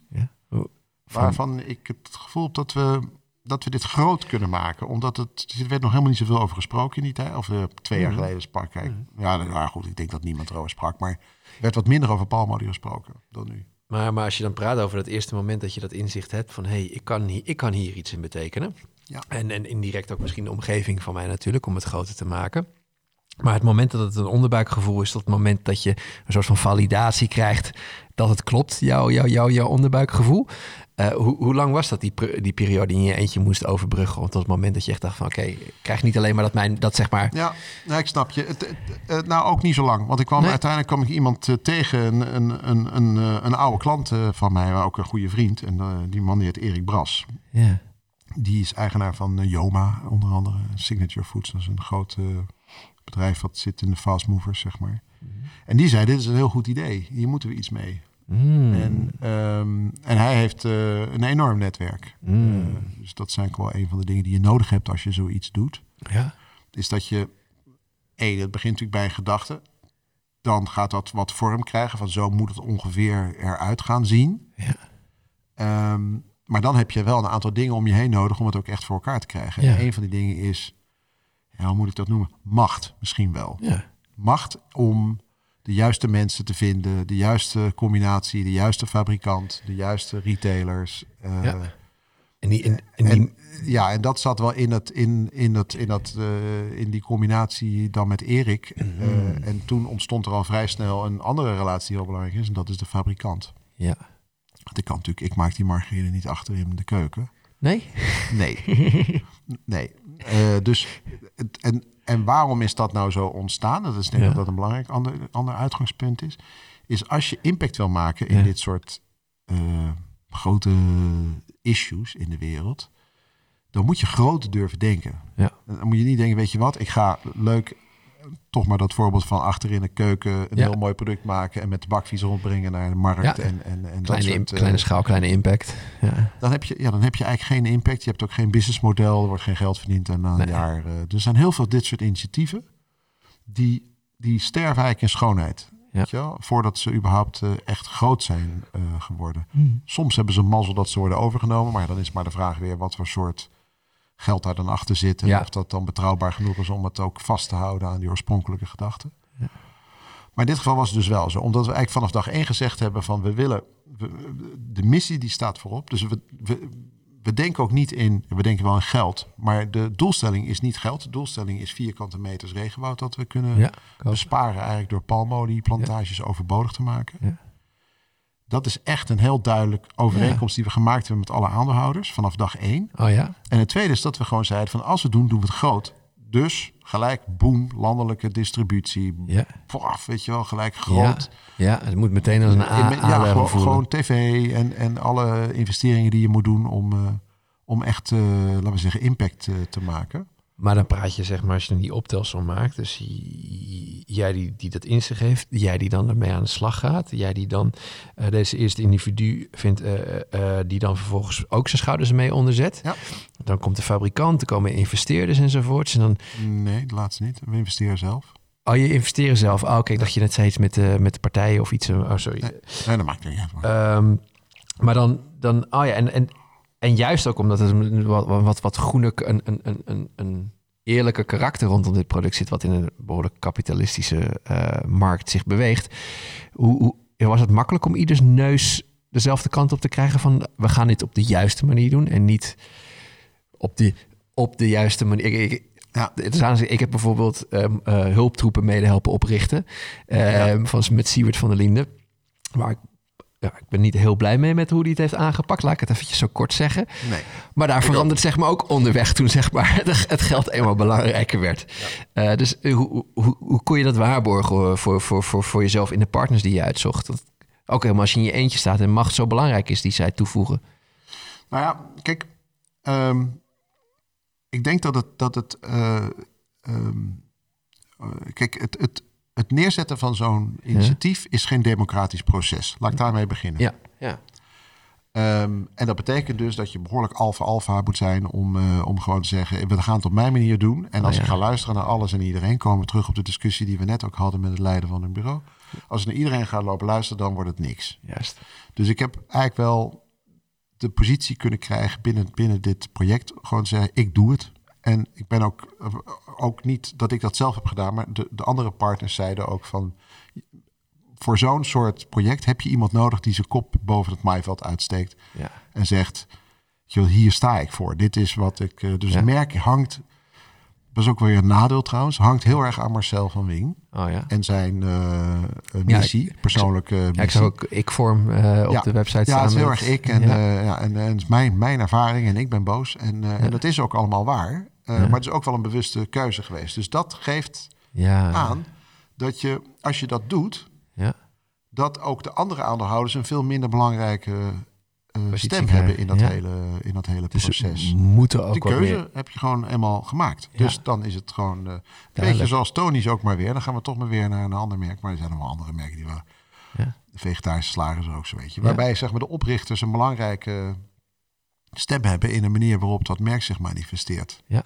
waarvan ik het gevoel heb dat we dit groot kunnen maken. Omdat er werd nog helemaal niet zoveel over gesproken in die tijd. Of 2 jaar geleden sprak ik. Ja, goed, ik denk dat niemand erover sprak. Maar er werd wat minder over palmolie gesproken dan nu. Maar als je dan praat over dat eerste moment dat je dat inzicht hebt van... ik kan hier iets in betekenen. Ja. En indirect ook misschien de omgeving van mij natuurlijk, om het groter te maken. Maar het moment dat het een onderbuikgevoel is, tot het moment dat je een soort van validatie krijgt dat het klopt, jouw onderbuikgevoel. Hoe lang was dat, die periode die je eentje moest overbruggen? Tot het moment dat je echt dacht van oké, ik krijg niet alleen maar dat zeg maar... Ja, nou, ik snap je. Nou, ook niet zo lang. Want uiteindelijk kwam ik iemand tegen, een oude klant van mij, maar ook een goede vriend. En die man die heet Erik Bras. Ja. Die is eigenaar van Joma, onder andere. Signature Foods, dat is een groot bedrijf wat zit in de fast movers, zeg maar. En die zei, dit is een heel goed idee. Hier moeten we iets mee. En hij heeft een enorm netwerk. Dus dat zijn ook wel een van de dingen die je nodig hebt als je zoiets doet. Ja. Is dat je... dat begint natuurlijk bij een gedachte. Dan gaat dat wat vorm krijgen. Van zo moet het ongeveer eruit gaan zien. Ja. Maar dan heb je wel een aantal dingen om je heen nodig om het ook echt voor elkaar te krijgen. Ja. En een van die dingen is, hoe moet ik dat noemen? Macht misschien wel. Ja. Macht om de juiste mensen te vinden, de juiste combinatie, de juiste fabrikant, de juiste retailers. En dat zat wel in die combinatie dan met Erik. En toen ontstond er al vrij snel een andere relatie die heel belangrijk is. En dat is de fabrikant. Ja. Want ik maak die margarine niet achter in de keuken. Nee? Nee. En waarom is dat nou zo ontstaan? Dat is denk ik dat een belangrijk ander uitgangspunt is. Is als je impact wil maken in dit soort grote issues in de wereld, dan moet je groot durven denken. Ja. Dan moet je niet denken, weet je wat, ik ga leuk toch maar dat voorbeeld van achterin een keuken een heel mooi product maken en met de bakfiets rondbrengen naar de markt. Ja. En kleine schaal, kleine impact. Ja. Dan heb je eigenlijk geen impact. Je hebt ook geen businessmodel, er wordt geen geld verdiend en na een jaar. Er zijn heel veel dit soort initiatieven die sterven eigenlijk in schoonheid. Ja. Weet je wel? Voordat ze überhaupt echt groot zijn geworden. Soms hebben ze mazzel dat ze worden overgenomen, maar dan is maar de vraag weer wat voor soort geld daar dan achter zit. En of dat dan betrouwbaar genoeg is om het ook vast te houden aan die oorspronkelijke gedachten. Ja. Maar in dit geval was het dus wel zo. Omdat we eigenlijk vanaf dag 1 gezegd hebben van de missie die staat voorop. Dus we denken ook niet we denken wel in geld. Maar de doelstelling is niet geld. De doelstelling is vierkante meters regenwoud dat we kunnen besparen eigenlijk door palmolieplantages overbodig te maken. Ja. Dat is echt een heel duidelijk overeenkomst die we gemaakt hebben met alle aandeelhouders vanaf dag 1. Oh ja. En het tweede is dat we gewoon zeiden van als we doen we het groot. Dus gelijk boom, landelijke distributie. Ja. Paf, weet je wel, gelijk groot. Ja, het moet meteen als een aanleiding voelen. Gewoon tv en alle investeringen die je moet doen om echt, laten we zeggen, impact te maken. Maar dan praat je, zeg maar, als je die optelsom maakt, dus jij die dat in zich heeft, jij die dan ermee aan de slag gaat, jij die dan deze eerste individu vindt, die dan vervolgens ook zijn schouders ermee onderzet. Ja. Dan komt de fabrikant, er komen investeerders enzovoorts. En dan... Nee, de laatste niet. We investeren zelf. Oh, je investeren zelf. Oh, oké, ik dacht je net zei iets met de partijen of iets. Oh, sorry. Nee, dat maakt niet uit. Maar dan oh ja, en juist ook omdat het wat groener, een eerlijke karakter rondom dit product zit, wat in een behoorlijk kapitalistische markt zich beweegt. Hoe was het makkelijk om ieders neus dezelfde kant op te krijgen van we gaan dit op de juiste manier doen en niet op de juiste manier. Ik heb bijvoorbeeld hulptroepen mede helpen oprichten met Siewert van der Linden, maar ik ben niet heel blij mee met hoe hij het heeft aangepakt. Laat ik het eventjes zo kort zeggen. Nee, maar daar verandert zeg maar ook onderweg toen zeg maar het geld eenmaal belangrijker werd. Ja. Dus hoe kon je dat waarborgen voor jezelf in de partners die je uitzocht? Ook helemaal als je in je eentje staat en macht zo belangrijk is die zij toevoegen. Nou ja, kijk. Ik denk dat het het neerzetten van zo'n initiatief is geen democratisch proces. Laat ik daarmee beginnen. Ja. En dat betekent dus dat je behoorlijk alfa moet zijn om gewoon te zeggen, we gaan het op mijn manier doen. En als ik ga luisteren naar alles en iedereen, komen we terug op de discussie die we net ook hadden met het leiden van een bureau. Als ik naar iedereen ga lopen luisteren, dan wordt het niks. Juist. Dus ik heb eigenlijk wel de positie kunnen krijgen binnen dit project. Gewoon te zeggen, ik doe het. En ik ben ook niet dat ik dat zelf heb gedaan, maar de andere partners zeiden ook van, voor zo'n soort project heb je iemand nodig die zijn kop boven het maaiveld uitsteekt en zegt, hier sta ik voor. Dit is wat ik... Dus het merk hangt, dat is ook weer een nadeel trouwens, hangt heel erg aan Marcel van Wing en zijn missie, persoonlijke missie. Ik zag ook ik-vorm op de website staan. Ja, het is heel erg ik en het is mijn ervaring en ik ben boos. En dat is ook allemaal waar. Maar het is ook wel een bewuste keuze geweest. Dus dat geeft aan dat je, als je dat doet, dat ook de andere aandeelhouders een veel minder belangrijke stem hebben in dat hele proces. Moeten ook de keuze heb je gewoon eenmaal gemaakt. Ja. Dus dan is het gewoon een beetje zoals Tony's ook maar weer. Dan gaan we toch maar weer naar een ander merk. Maar er zijn nog wel andere merken die we... De vegetarische slagers ook zo, weet je. Waarbij zeg maar de oprichters een belangrijke stem hebben in de manier waarop dat merk zich manifesteert. Ja.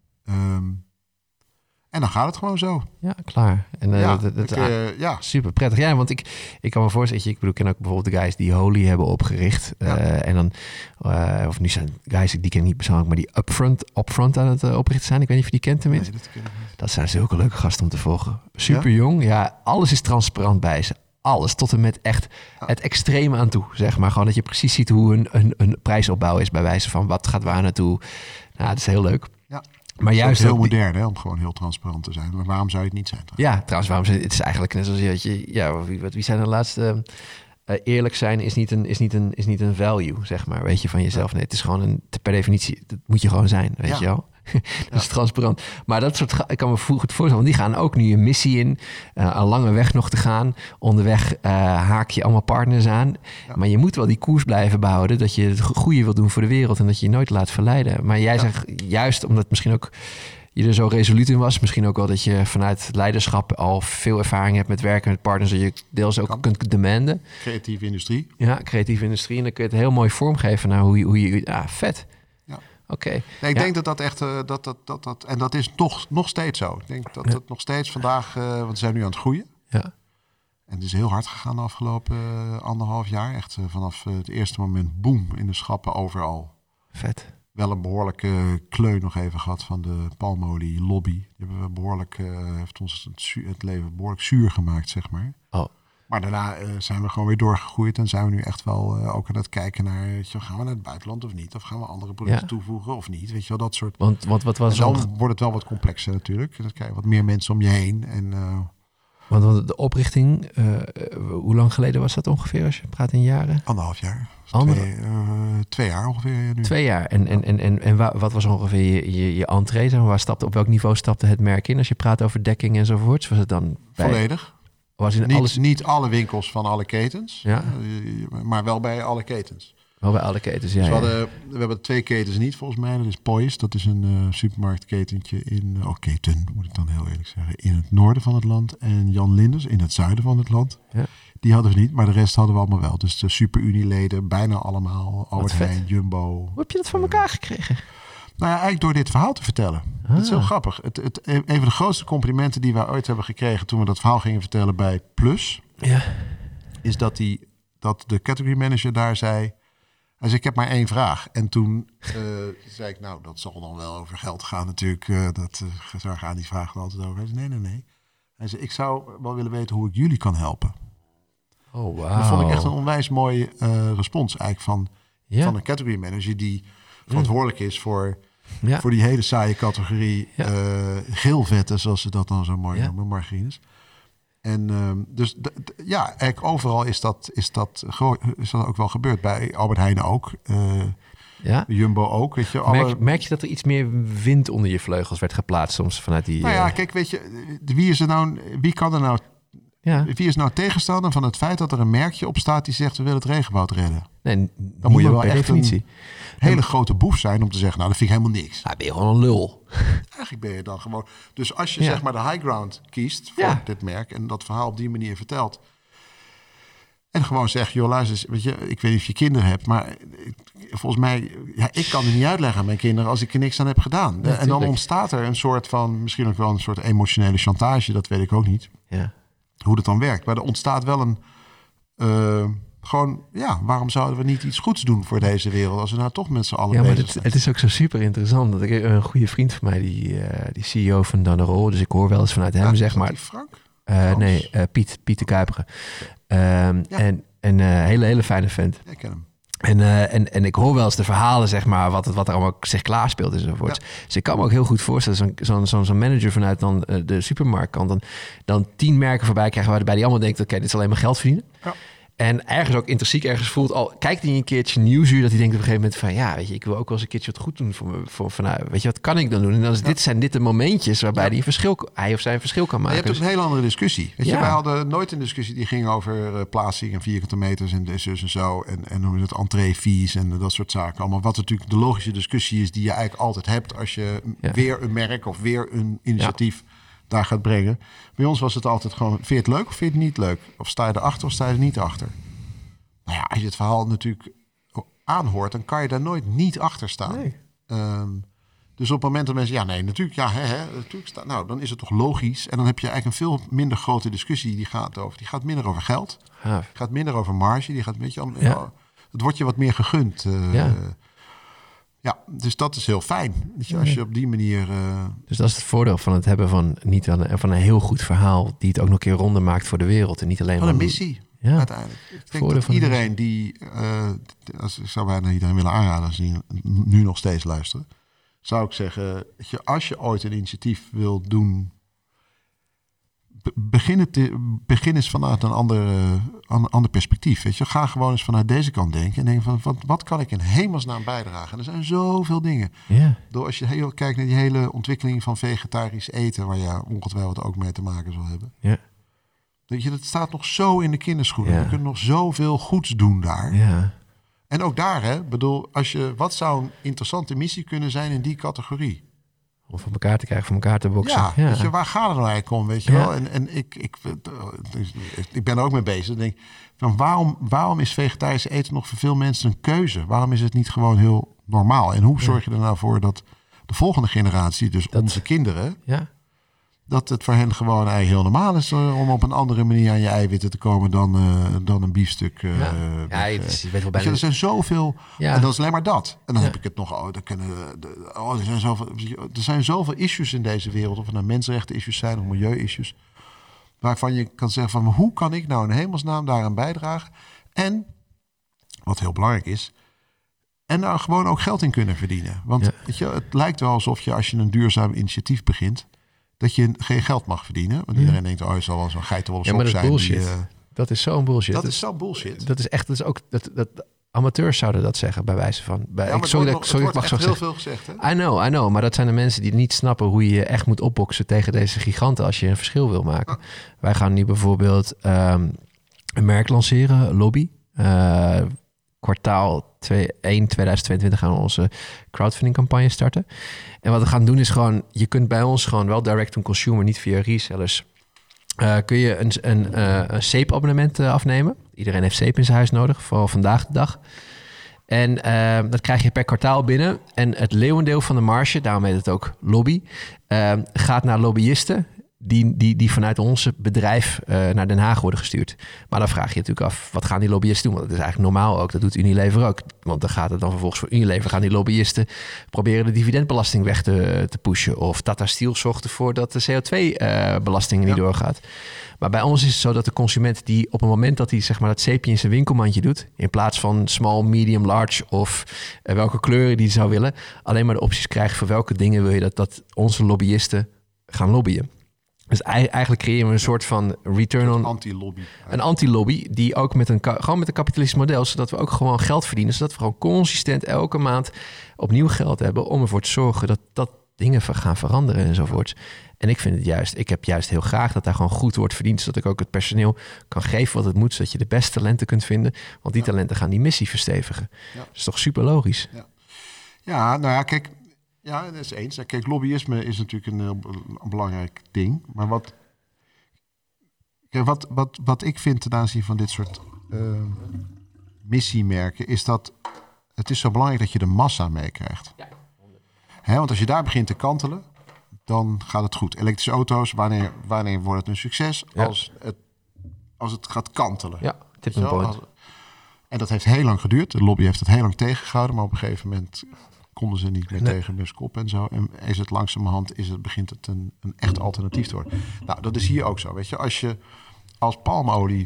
En dan gaat het gewoon zo. Ja, klaar. En super prettig. Ja, want ik kan me voorstellen, ik bedoel, ik ken ook bijvoorbeeld de guys die Holy hebben opgericht. En dan, of nu zijn guys, die ken ik niet persoonlijk, maar die upfront aan het oprichten zijn. Ik weet niet of je die kent tenminste. Nee, dat ken ik niet. Dat zijn zulke leuke gasten om te volgen. Super jong. Ja, alles is transparant bij ze. Alles, tot en met echt het extreme aan toe, zeg maar. Gewoon dat je precies ziet hoe een prijsopbouw is bij wijze van wat gaat waar naartoe. Nou, dat is heel leuk. Ja. Maar juist heel modern, hè, om gewoon heel transparant te zijn. Maar waarom zou je het niet zijn? Ja, trouwens, het is eigenlijk net zoals wie zijn de laatste? Eerlijk zijn is niet een value, zeg maar, weet je, van jezelf. Nee, het is gewoon per definitie, dat moet je gewoon zijn, weet je wel. Dat is transparant. Maar dat soort, ik kan me goed voorstellen, want die gaan ook nu een missie in, een lange weg nog te gaan. Onderweg haak je allemaal partners aan. Ja. Maar je moet wel die koers blijven behouden, dat je het goede wil doen voor de wereld en dat je je nooit laat verleiden. Maar jij zegt, juist omdat misschien ook je er zo resoluut in was. Misschien ook wel dat je vanuit leiderschap al veel ervaring hebt met werken met partners. Dat je deels ook kunt demanden. Creatieve industrie. Ja, creatieve industrie. En dan kun je het heel mooi vormgeven naar hoe je vet. Ja. Oké. Nee, ik denk dat echt... en dat is nog steeds zo. Ik denk dat het nog steeds vandaag... want we zijn nu aan het groeien. Ja. En het is heel hard gegaan de afgelopen 1,5 jaar. Echt vanaf het eerste moment, boom, in de schappen overal. Vet. Wel een behoorlijke kleun nog even gehad van de palmolie lobby. Die hebben we behoorlijk, heeft ons het leven behoorlijk zuur gemaakt, zeg maar. Oh. Maar daarna zijn we gewoon weer doorgegroeid en zijn we nu echt wel ook aan het kijken naar, gaan we naar het buitenland of niet? Of gaan we andere producten toevoegen of niet? Weet je wel, dat soort. Want wat was dan wordt het wel wat complexer natuurlijk. Dan krijg je wat meer mensen om je heen. En, want de oprichting, hoe lang geleden was dat ongeveer als je praat in jaren? 1,5 jaar. 2 jaar ongeveer nu. 2 jaar. En wat was ongeveer je entree? Op welk niveau stapte het merk in? Als je praat over dekking enzovoorts, was het dan volledig? Was in niet alle winkels van alle ketens, ja? Maar wel bij alle ketens. Wel bij alle ketens, ja. Dus we hebben 2 ketens niet volgens mij. Dat is Poyes, dat is een supermarktketentje keten moet ik dan heel eerlijk zeggen, in het noorden van het land. En Jan Linders in het zuiden van het land. Ja. Die hadden we niet, maar de rest hadden we allemaal wel. Dus de Super Unie-leden, bijna allemaal. Albert Heijn, Jumbo. Hoe heb je dat van elkaar gekregen? Nou ja, eigenlijk door dit verhaal te vertellen. Dat is heel grappig. Een van de grootste complimenten die wij ooit hebben gekregen toen we dat verhaal gingen vertellen bij Plus, is dat de category manager daar zei, hij zei, ik heb maar 1 vraag. En toen zei ik, nou, dat zal dan wel over geld gaan natuurlijk. Daar gaan die vragen altijd over. Hij zei, nee. Hij zei, ik zou wel willen weten hoe ik jullie kan helpen. Oh, wow. Dat vond ik echt een onwijs mooi respons eigenlijk van een category manager die verantwoordelijk is voor die hele saaie categorie geelvetten, zoals ze dat dan zo mooi noemen, margarines. En dus eigenlijk overal is dat ook wel gebeurd. Bij Albert Heijn ook. Jumbo ook. Weet je, merk je dat er iets meer wind onder je vleugels werd geplaatst soms vanuit die... Nou ja, kijk, weet je, wie kan er nou... Ja. Wie is nou tegenstander van het feit dat er een merkje op staat die zegt, we willen het regenwoud redden? Nee, dan moet je wel echt een hele grote boef zijn om te zeggen, nou, dat vind ik helemaal niks. Nou, ben je gewoon een lul. Eigenlijk ben je dan gewoon... Dus als je zeg maar de high ground kiest voor dit merk en dat verhaal op die manier vertelt en gewoon zegt, joh, luister, weet je, ik weet niet of je kinderen hebt, maar volgens mij, ik kan het niet uitleggen aan mijn kinderen als ik er niks aan heb gedaan. Ja, en dan ontstaat er een soort van, misschien ook wel een soort emotionele chantage, dat weet ik ook niet. Ja. Hoe dat dan werkt. Maar er ontstaat wel een... waarom zouden we niet iets goeds doen voor deze wereld als we nou toch met z'n allen bezig zijn? Het is ook zo super interessant. Dat ik een goede vriend van mij, die CEO van Dannerol, dus ik hoor wel eens vanuit hem, zeg maar. Frank? Piet de Kuiperen. En een hele fijne vent. Ja, ik ken hem. En ik hoor wel eens de verhalen, zeg maar, wat er allemaal zich klaarspeelt enzovoort. Ja. Dus ik kan me ook heel goed voorstellen, zo'n manager vanuit dan de supermarktkant dan 10 merken voorbij krijgen waarbij die allemaal denkt, oké, dit is alleen maar geld verdienen. Ja. En ergens ook intrinsiek ergens voelt, al kijkt hij een keertje Nieuwsuur, dat hij denkt op een gegeven moment van, ja, weet je, ik wil ook wel eens een keertje wat goed doen weet je, wat kan ik dan doen? En dan zijn dit de momentjes waarbij hij of zij een verschil kan maken. Je hebt dus een hele andere discussie. Weet je, wij hadden nooit een discussie die ging over plaatsing en vierkante meters en zus en zo en noem je het entree-fees en dat soort zaken allemaal. Wat natuurlijk de logische discussie is die je eigenlijk altijd hebt als je weer een merk of weer een initiatief daar gaat brengen. Bij ons was het altijd gewoon, vind je het leuk of vind je het niet leuk? Of sta je erachter of sta je er niet achter? Nou ja, als je het verhaal natuurlijk aanhoort, dan kan je daar nooit niet achter staan. Nee. Dus op het moment dat mensen, natuurlijk staan. Nou, dan is het toch logisch. En dan heb je eigenlijk een veel minder grote discussie. Die gaat minder over geld. Die gaat minder over marge. Die gaat een beetje het wordt je wat meer gegund. Ja, dus dat is heel fijn. Dus als je op die manier... Dus dat is het voordeel van het hebben van een heel goed verhaal die het ook nog een keer ronde maakt voor de wereld. En niet alleen van een missie, uiteindelijk. Ik denk dat iedereen die... ik zou bijna iedereen willen aanraden als die nu nog steeds luisteren. Zou ik zeggen, als je ooit een initiatief wil doen... Begin eens vanuit een ander perspectief. Weet je? Ga gewoon eens vanuit deze kant denken. En denk van, wat kan ik in hemelsnaam bijdragen? En er zijn zoveel dingen. Yeah. Door als je kijkt naar die hele ontwikkeling van vegetarisch eten... waar je ongetwijfeld ook mee te maken zal hebben. Yeah. Weet je, dat staat nog zo in de kinderschoenen. Yeah. We kunnen nog zoveel goeds doen daar. Yeah. En ook daar, wat zou een interessante missie kunnen zijn in die categorie? Om voor elkaar te krijgen, voor elkaar te boksen. Ja, weet je, waar gaat het nou eigenlijk om, weet je wel? En ik ben er ook mee bezig. Denk, van waarom is vegetarisch eten nog voor veel mensen een keuze? Waarom is het niet gewoon heel normaal? En hoe zorg je er nou voor dat de volgende generatie, dus onze kinderen... dat het voor hen gewoon eigenlijk heel normaal is om op een andere manier aan je eiwitten te komen dan een biefstuk. Je weet wel bijna... Er zijn zoveel, en dat is alleen maar dat. En dan heb ik het nog, er zijn zoveel issues in deze wereld, of het nou mensenrechten issues zijn of milieu-issues, waarvan je kan zeggen van, hoe kan ik nou in hemelsnaam daaraan bijdragen? En, wat heel belangrijk is, en daar gewoon ook geld in kunnen verdienen. Want weet je, het lijkt wel alsof je, als je een duurzaam initiatief begint, dat je geen geld mag verdienen. Want iedereen denkt, je zal wel zo'n geitenwolle sok zijn. Bullshit. Dat is zo'n bullshit. Dat is zo'n bullshit. Dat is echt, dat is ook, dat amateurs zouden dat zeggen, bij wijze van. Sorry, ik mag zo heel veel gezegd, hè? I know. Maar dat zijn de mensen die niet snappen hoe je echt moet opboksen tegen deze giganten als je een verschil wil maken. Wij gaan nu bijvoorbeeld een merk lanceren, Lobby. Kwartaal 1 2022 gaan we onze crowdfunding campagne starten. En wat we gaan doen is gewoon, je kunt bij ons gewoon wel direct to consumer, niet via resellers, kun je een zeepabonnement afnemen. Iedereen heeft zeep in zijn huis nodig, vooral vandaag de dag. En dat krijg je per kwartaal binnen. En het leeuwendeel van de marge, daarom heet het ook lobby, gaat naar lobbyisten die vanuit onze bedrijf naar Den Haag worden gestuurd. Maar dan vraag je natuurlijk af, wat gaan die lobbyisten doen? Want dat is eigenlijk normaal ook. Dat doet Unilever ook. Want dan gaat het dan vervolgens voor Unilever, gaan die lobbyisten proberen de dividendbelasting weg te pushen. Of Tata Steel zorgt ervoor dat de CO2-belasting niet doorgaat. Maar bij ons is het zo dat de consument die op het moment dat hij zeg maar dat zeepje in zijn winkelmandje doet, in plaats van small, medium, large of welke kleuren die zou willen, alleen maar de opties krijgt voor welke dingen wil je dat onze lobbyisten gaan lobbyen. Dus eigenlijk creëren we een soort van return on... Anti-lobby. Een anti-lobby die ook gewoon met een kapitalistisch model, zodat we ook gewoon geld verdienen. Zodat we gewoon consistent elke maand opnieuw geld hebben om ervoor te zorgen dat dingen gaan veranderen enzovoorts. En ik heb juist heel graag dat daar gewoon goed wordt verdiend, zodat ik ook het personeel kan geven wat het moet, zodat je de beste talenten kunt vinden. Want die talenten gaan die missie verstevigen. Ja. Dat is toch super logisch? Ja, nou ja, kijk... Ja, dat is eens. Kijk, lobbyisme is natuurlijk een heel belangrijk ding. Maar wat ik vind ten aanzien van dit soort missiemerken, is dat het is zo belangrijk dat je de massa meekrijgt. Ja. Want als je daar begint te kantelen, dan gaat het goed. Elektrische auto's, wanneer wordt het een succes? Ja. Als het gaat kantelen. Ja, tipping point. En dat heeft heel lang geduurd. De lobby heeft het heel lang tegengehouden, maar op een gegeven moment konden ze niet meer tegen Muskop en zo. En is het langzamerhand, begint het een echt alternatief te worden. Nou, dat is hier ook zo. Weet je, als palmolie,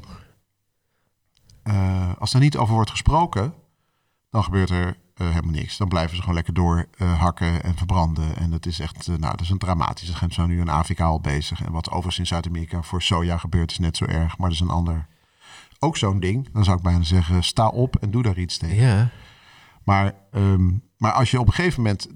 als er niet over wordt gesproken, dan gebeurt er helemaal niks. Dan blijven ze gewoon lekker door hakken en verbranden. En dat is echt, dat is een dramatisch. Er zijn nu in Afrika al bezig. En wat overigens in Zuid-Amerika voor soja gebeurt is net zo erg. Maar dat is een ander, ook zo'n ding. Dan zou ik bijna zeggen, sta op en doe daar iets tegen. Ja. Maar als je op een gegeven moment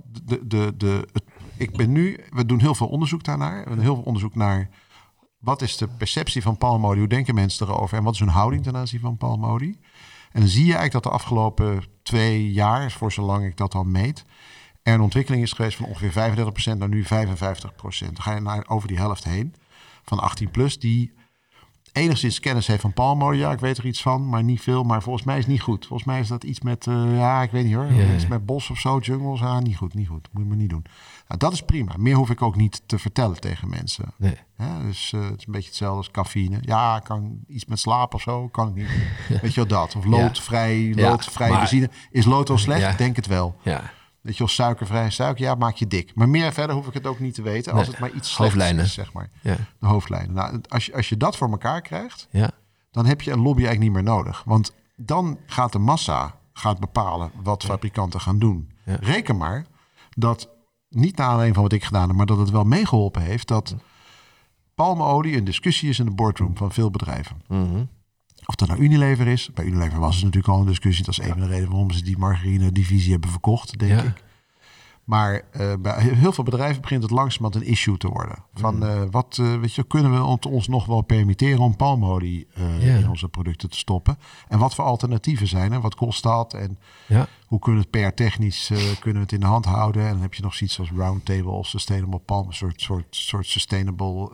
we doen heel veel onderzoek daarnaar. We doen heel veel onderzoek naar wat is de perceptie van palmolie, hoe denken mensen erover en wat is hun houding ten aanzien van palmolie. En dan zie je eigenlijk dat de afgelopen 2 jaar, voor zolang ik dat al meet, er een ontwikkeling is geweest van ongeveer 35% naar nu 55%. Dan ga je over die helft heen van 18+, die enigszins kennis heeft van palmolie. Ja, ik weet er iets van, maar niet veel. Maar volgens mij is het niet goed. Volgens mij is dat iets met, ik weet niet hoor. Iets met bos of zo, jungles. Niet goed. Moet je maar niet doen. Nou, dat is prima. Meer hoef ik ook niet te vertellen tegen mensen. Nee. Dus het is een beetje hetzelfde als cafeïne. Ja, kan iets met slaap of zo, kan ik niet. Weet je wel dat? Of loodvrij benzine. Is lood al slecht? Ik denk het wel. Ja. Weet je wel, suikervrij suiker, maak je dik. Maar meer verder hoef ik het ook niet te weten. Als het maar iets slechts is, zeg maar. Ja. De hoofdlijnen. Nou, als je dat voor elkaar krijgt, dan heb je een lobby eigenlijk niet meer nodig. Want dan gaat de massa bepalen wat fabrikanten gaan doen. Ja. Reken maar dat, niet naar aanleiding van wat ik gedaan heb, maar dat het wel meegeholpen heeft dat palmolie een discussie is in de boardroom van veel bedrijven. Mm-hmm. Of dat nou Unilever is. Bij Unilever was het natuurlijk al een discussie. Dat is een van de redenen waarom ze die margarine-divisie hebben verkocht, denk ik. Maar bij heel veel bedrijven begint het langzamerhand een issue te worden. Van kunnen we ons nog wel permitteren om palmolie in onze producten te stoppen? En wat voor alternatieven zijn er? Wat kost dat? En hoe kunnen we het PR-technisch kunnen we het in de hand houden? En dan heb je nog zoiets als Roundtable of Sustainable Palm. Een soort sustainable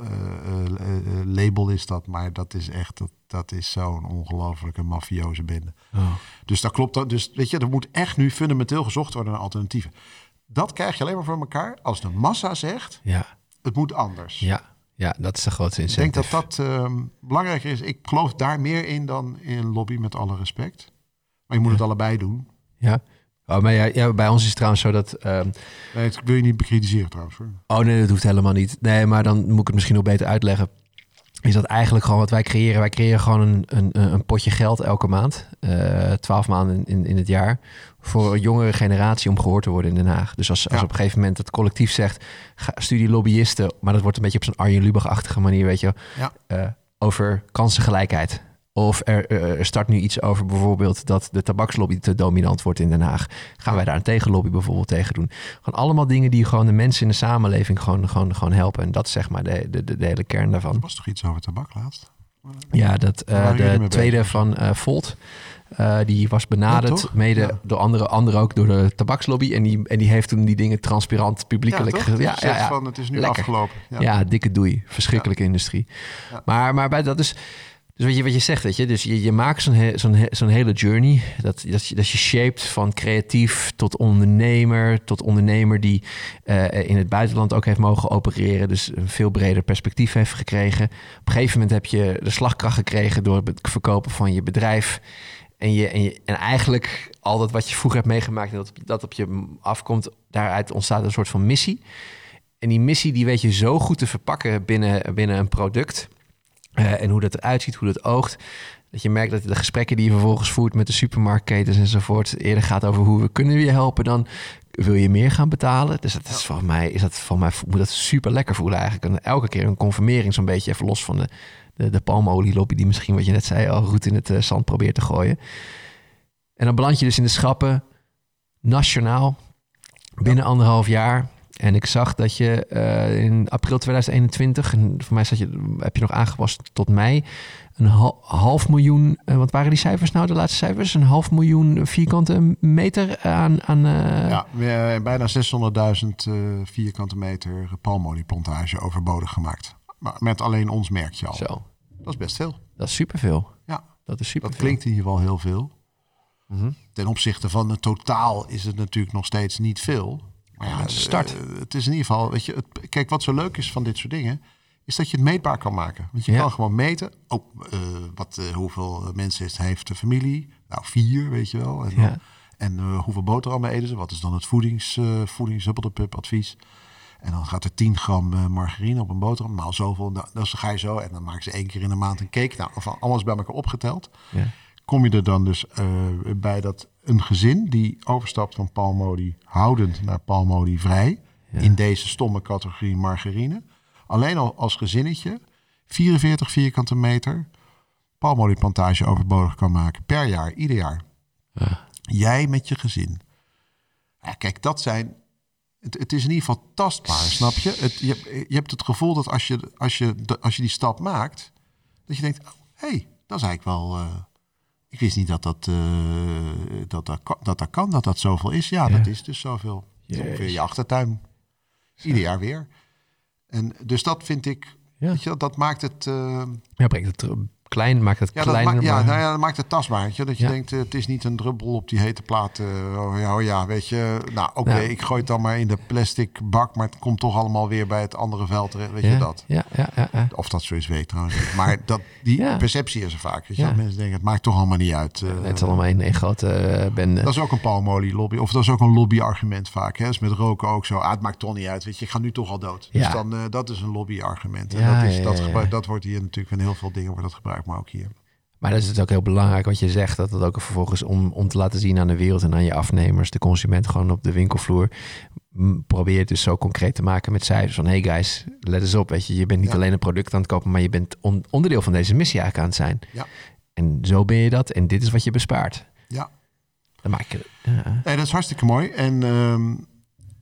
label is dat. Maar dat is echt... Dat is zo'n ongelofelijke mafioze bende. Oh. Dus dat klopt. Dus weet je, er moet echt nu fundamenteel gezocht worden naar alternatieven. Dat krijg je alleen maar voor elkaar als de massa zegt, het moet anders. Ja, dat is de grootste incentive. Ik denk dat belangrijker is. Ik geloof daar meer in dan in lobby, met alle respect. Maar je moet het allebei doen. Ja. Oh, maar bij ons is het trouwens zo dat... Nee, dat wil je niet bekritiseren trouwens. Hoor. Oh nee, dat hoeft helemaal niet. Nee, maar dan moet ik het misschien nog beter uitleggen. Is dat eigenlijk gewoon wat wij creëren? Wij creëren gewoon een potje geld elke maand. 12 maanden in het jaar. Voor een jongere generatie om gehoord te worden in Den Haag. Dus als op een gegeven moment het collectief zegt... studie lobbyisten, maar dat wordt een beetje op zo'n Arjen Lubach-achtige manier, weet je. Over kansengelijkheid. Of er start nu iets over bijvoorbeeld dat de tabakslobby te dominant wordt in Den Haag. Gaan wij daar een tegenlobby bijvoorbeeld tegen doen? Gewoon allemaal dingen die gewoon de mensen in de samenleving gewoon helpen. En dat is zeg maar de hele kern daarvan. Er was toch iets over tabak laatst? Ja, de tweede van Volt. Die was benaderd, door anderen ook door de tabakslobby. En die heeft toen die dingen transparant publiekelijk gezegd. Van, het is nu lekker afgelopen. Ja, dikke doei. Verschrikkelijke industrie. Ja. Maar bij dat is... Dus wat je zegt, weet je, dus je maakt zo'n hele journey. Dat je shaped van creatief tot ondernemer die in het buitenland ook heeft mogen opereren. Dus een veel breder perspectief heeft gekregen. Op een gegeven moment heb je de slagkracht gekregen door het verkopen van je bedrijf. En eigenlijk al dat wat je vroeger hebt meegemaakt en dat op je afkomt, daaruit ontstaat een soort van missie. En die missie die weet je zo goed te verpakken binnen een product. En hoe dat eruit ziet, hoe dat oogt. Dat je merkt dat de gesprekken die je vervolgens voert met de supermarktketens enzovoort eerder gaat over hoe we kunnen je helpen dan wil je meer gaan betalen. Dus dat is voor mij moet dat super lekker voelen eigenlijk. En elke keer een confirmering zo'n beetje even los van de palmolielobby die misschien wat je net zei al goed in het zand probeert te gooien. En dan beland je dus in de schappen nationaal binnen 1,5 jaar. En ik zag dat je in april 2021, en voor mij heb je nog aangepast tot mei, 500.000, wat waren die cijfers nou, de laatste cijfers? 500.000 vierkante meter aan bijna 600.000 vierkante meter palmolieplantage overbodig gemaakt. Maar met alleen ons merkje al. Zo. Dat is best veel. Dat is superveel. Ja, dat is superveel. Dat klinkt in ieder geval heel veel. Mm-hmm. Ten opzichte van het totaal is het natuurlijk nog steeds niet veel. Maar ja, start. Het is in ieder geval, weet je, kijk, wat zo leuk is van dit soort dingen, is dat je het meetbaar kan maken. Want je kan gewoon meten, hoeveel mensen heeft de familie? Nou, 4, weet je wel. En hoeveel boterhammen eten ze? Wat is dan het voedingshuppeldepup advies? En dan gaat er 10 gram margarine op een boterham. Nou, zoveel, dan ga je zo. En dan maken ze 1 keer in de maand een cake. Nou, of alles bij elkaar opgeteld. Ja. Kom je er dan dus bij dat een gezin die overstapt van palmolie houdend naar palmolie vrij. Ja. In deze stomme categorie margarine. Alleen al als gezinnetje 44 vierkante meter palmolieplantage overbodig kan maken per jaar, ieder jaar. Ja. Jij met je gezin. Ja, kijk, dat zijn... Het is in ieder geval tastbaar, snap je? Je hebt het gevoel dat als je die stap maakt, dat je denkt, hey, dat is eigenlijk wel... ik wist niet dat kan, dat zoveel is. Ja, dat is dus zoveel. Ongeveer je achtertuin. Ieder jaar weer. En dus dat vind ik, weet je, dat maakt het... brengt het klein, maakt het kleiner. Dat maakt het tastbaar. Weet je? Dat je denkt, het is niet een druppel op die hete plaat. Weet je. Nou, oké, ik gooi het dan maar in de plastic bak, maar het komt toch allemaal weer bij het andere veld terecht. Weet je dat? Ja. Of dat zo is, weet trouwens niet. Maar die perceptie is er vaak. Weet je? Dat mensen denken, het maakt toch allemaal niet uit. Het is allemaal een grote bende. Dat is ook een palmolielobby. Of dat is ook een lobbyargument vaak. Hè? Dat is met roken ook zo. Het maakt toch niet uit. Weet je, ik ga nu toch al dood. Dus dan, dat is een lobbyargument. Dat wordt hier natuurlijk van heel veel dingen wordt dat gebruikt. Maar ook hier. Maar dat is het ook heel belangrijk wat je zegt. Dat het ook vervolgens om te laten zien aan de wereld en aan je afnemers, de consument gewoon op de winkelvloer. Probeer het dus zo concreet te maken met cijfers. Van hey guys, let eens op. Weet je bent niet alleen een product aan het kopen, maar je bent onderdeel van deze missie eigenlijk aan het zijn. Ja. En zo ben je dat. En dit is wat je bespaart. Ja. Dan maak je... Nee, dat is hartstikke mooi. En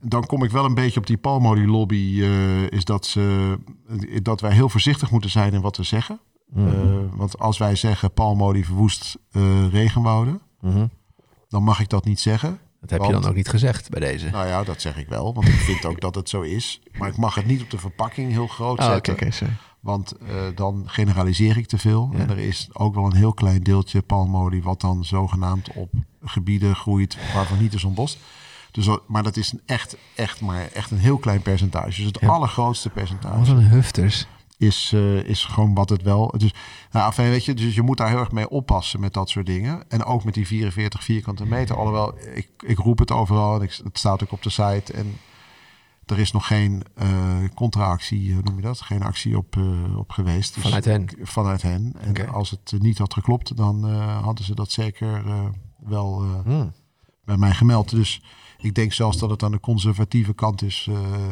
Dan kom ik wel een beetje op die palmolielobby. Is dat wij heel voorzichtig moeten zijn in wat we zeggen. Want als wij zeggen palmolie verwoest regenwouden, dan mag ik dat niet zeggen. Dat heb je dan ook niet gezegd bij deze? Nou ja, dat zeg ik wel. Want ik vind ook dat het zo is. Maar ik mag het niet op de verpakking heel groot zetten. Okay, want dan generaliseer ik te veel. Ja. En er is ook wel een heel klein deeltje palmolie wat dan zogenaamd op gebieden groeit waarvan niet is ontbost. Dus, maar dat is echt een heel klein percentage. Dus het allergrootste percentage. Wat een hufters. Is gewoon wat het wel. Dus, weet je, dus je moet daar heel erg mee oppassen met dat soort dingen. En ook met die 44 vierkante meter. Alhoewel, ik roep het overal. En het staat ook op de site. En er is nog geen contra-actie, hoe noem je dat? Geen actie op geweest. Dus vanuit hen. En als het niet had geklopt, dan hadden ze dat zeker wel bij mij gemeld. Dus ik denk zelfs dat het aan de conservatieve kant is,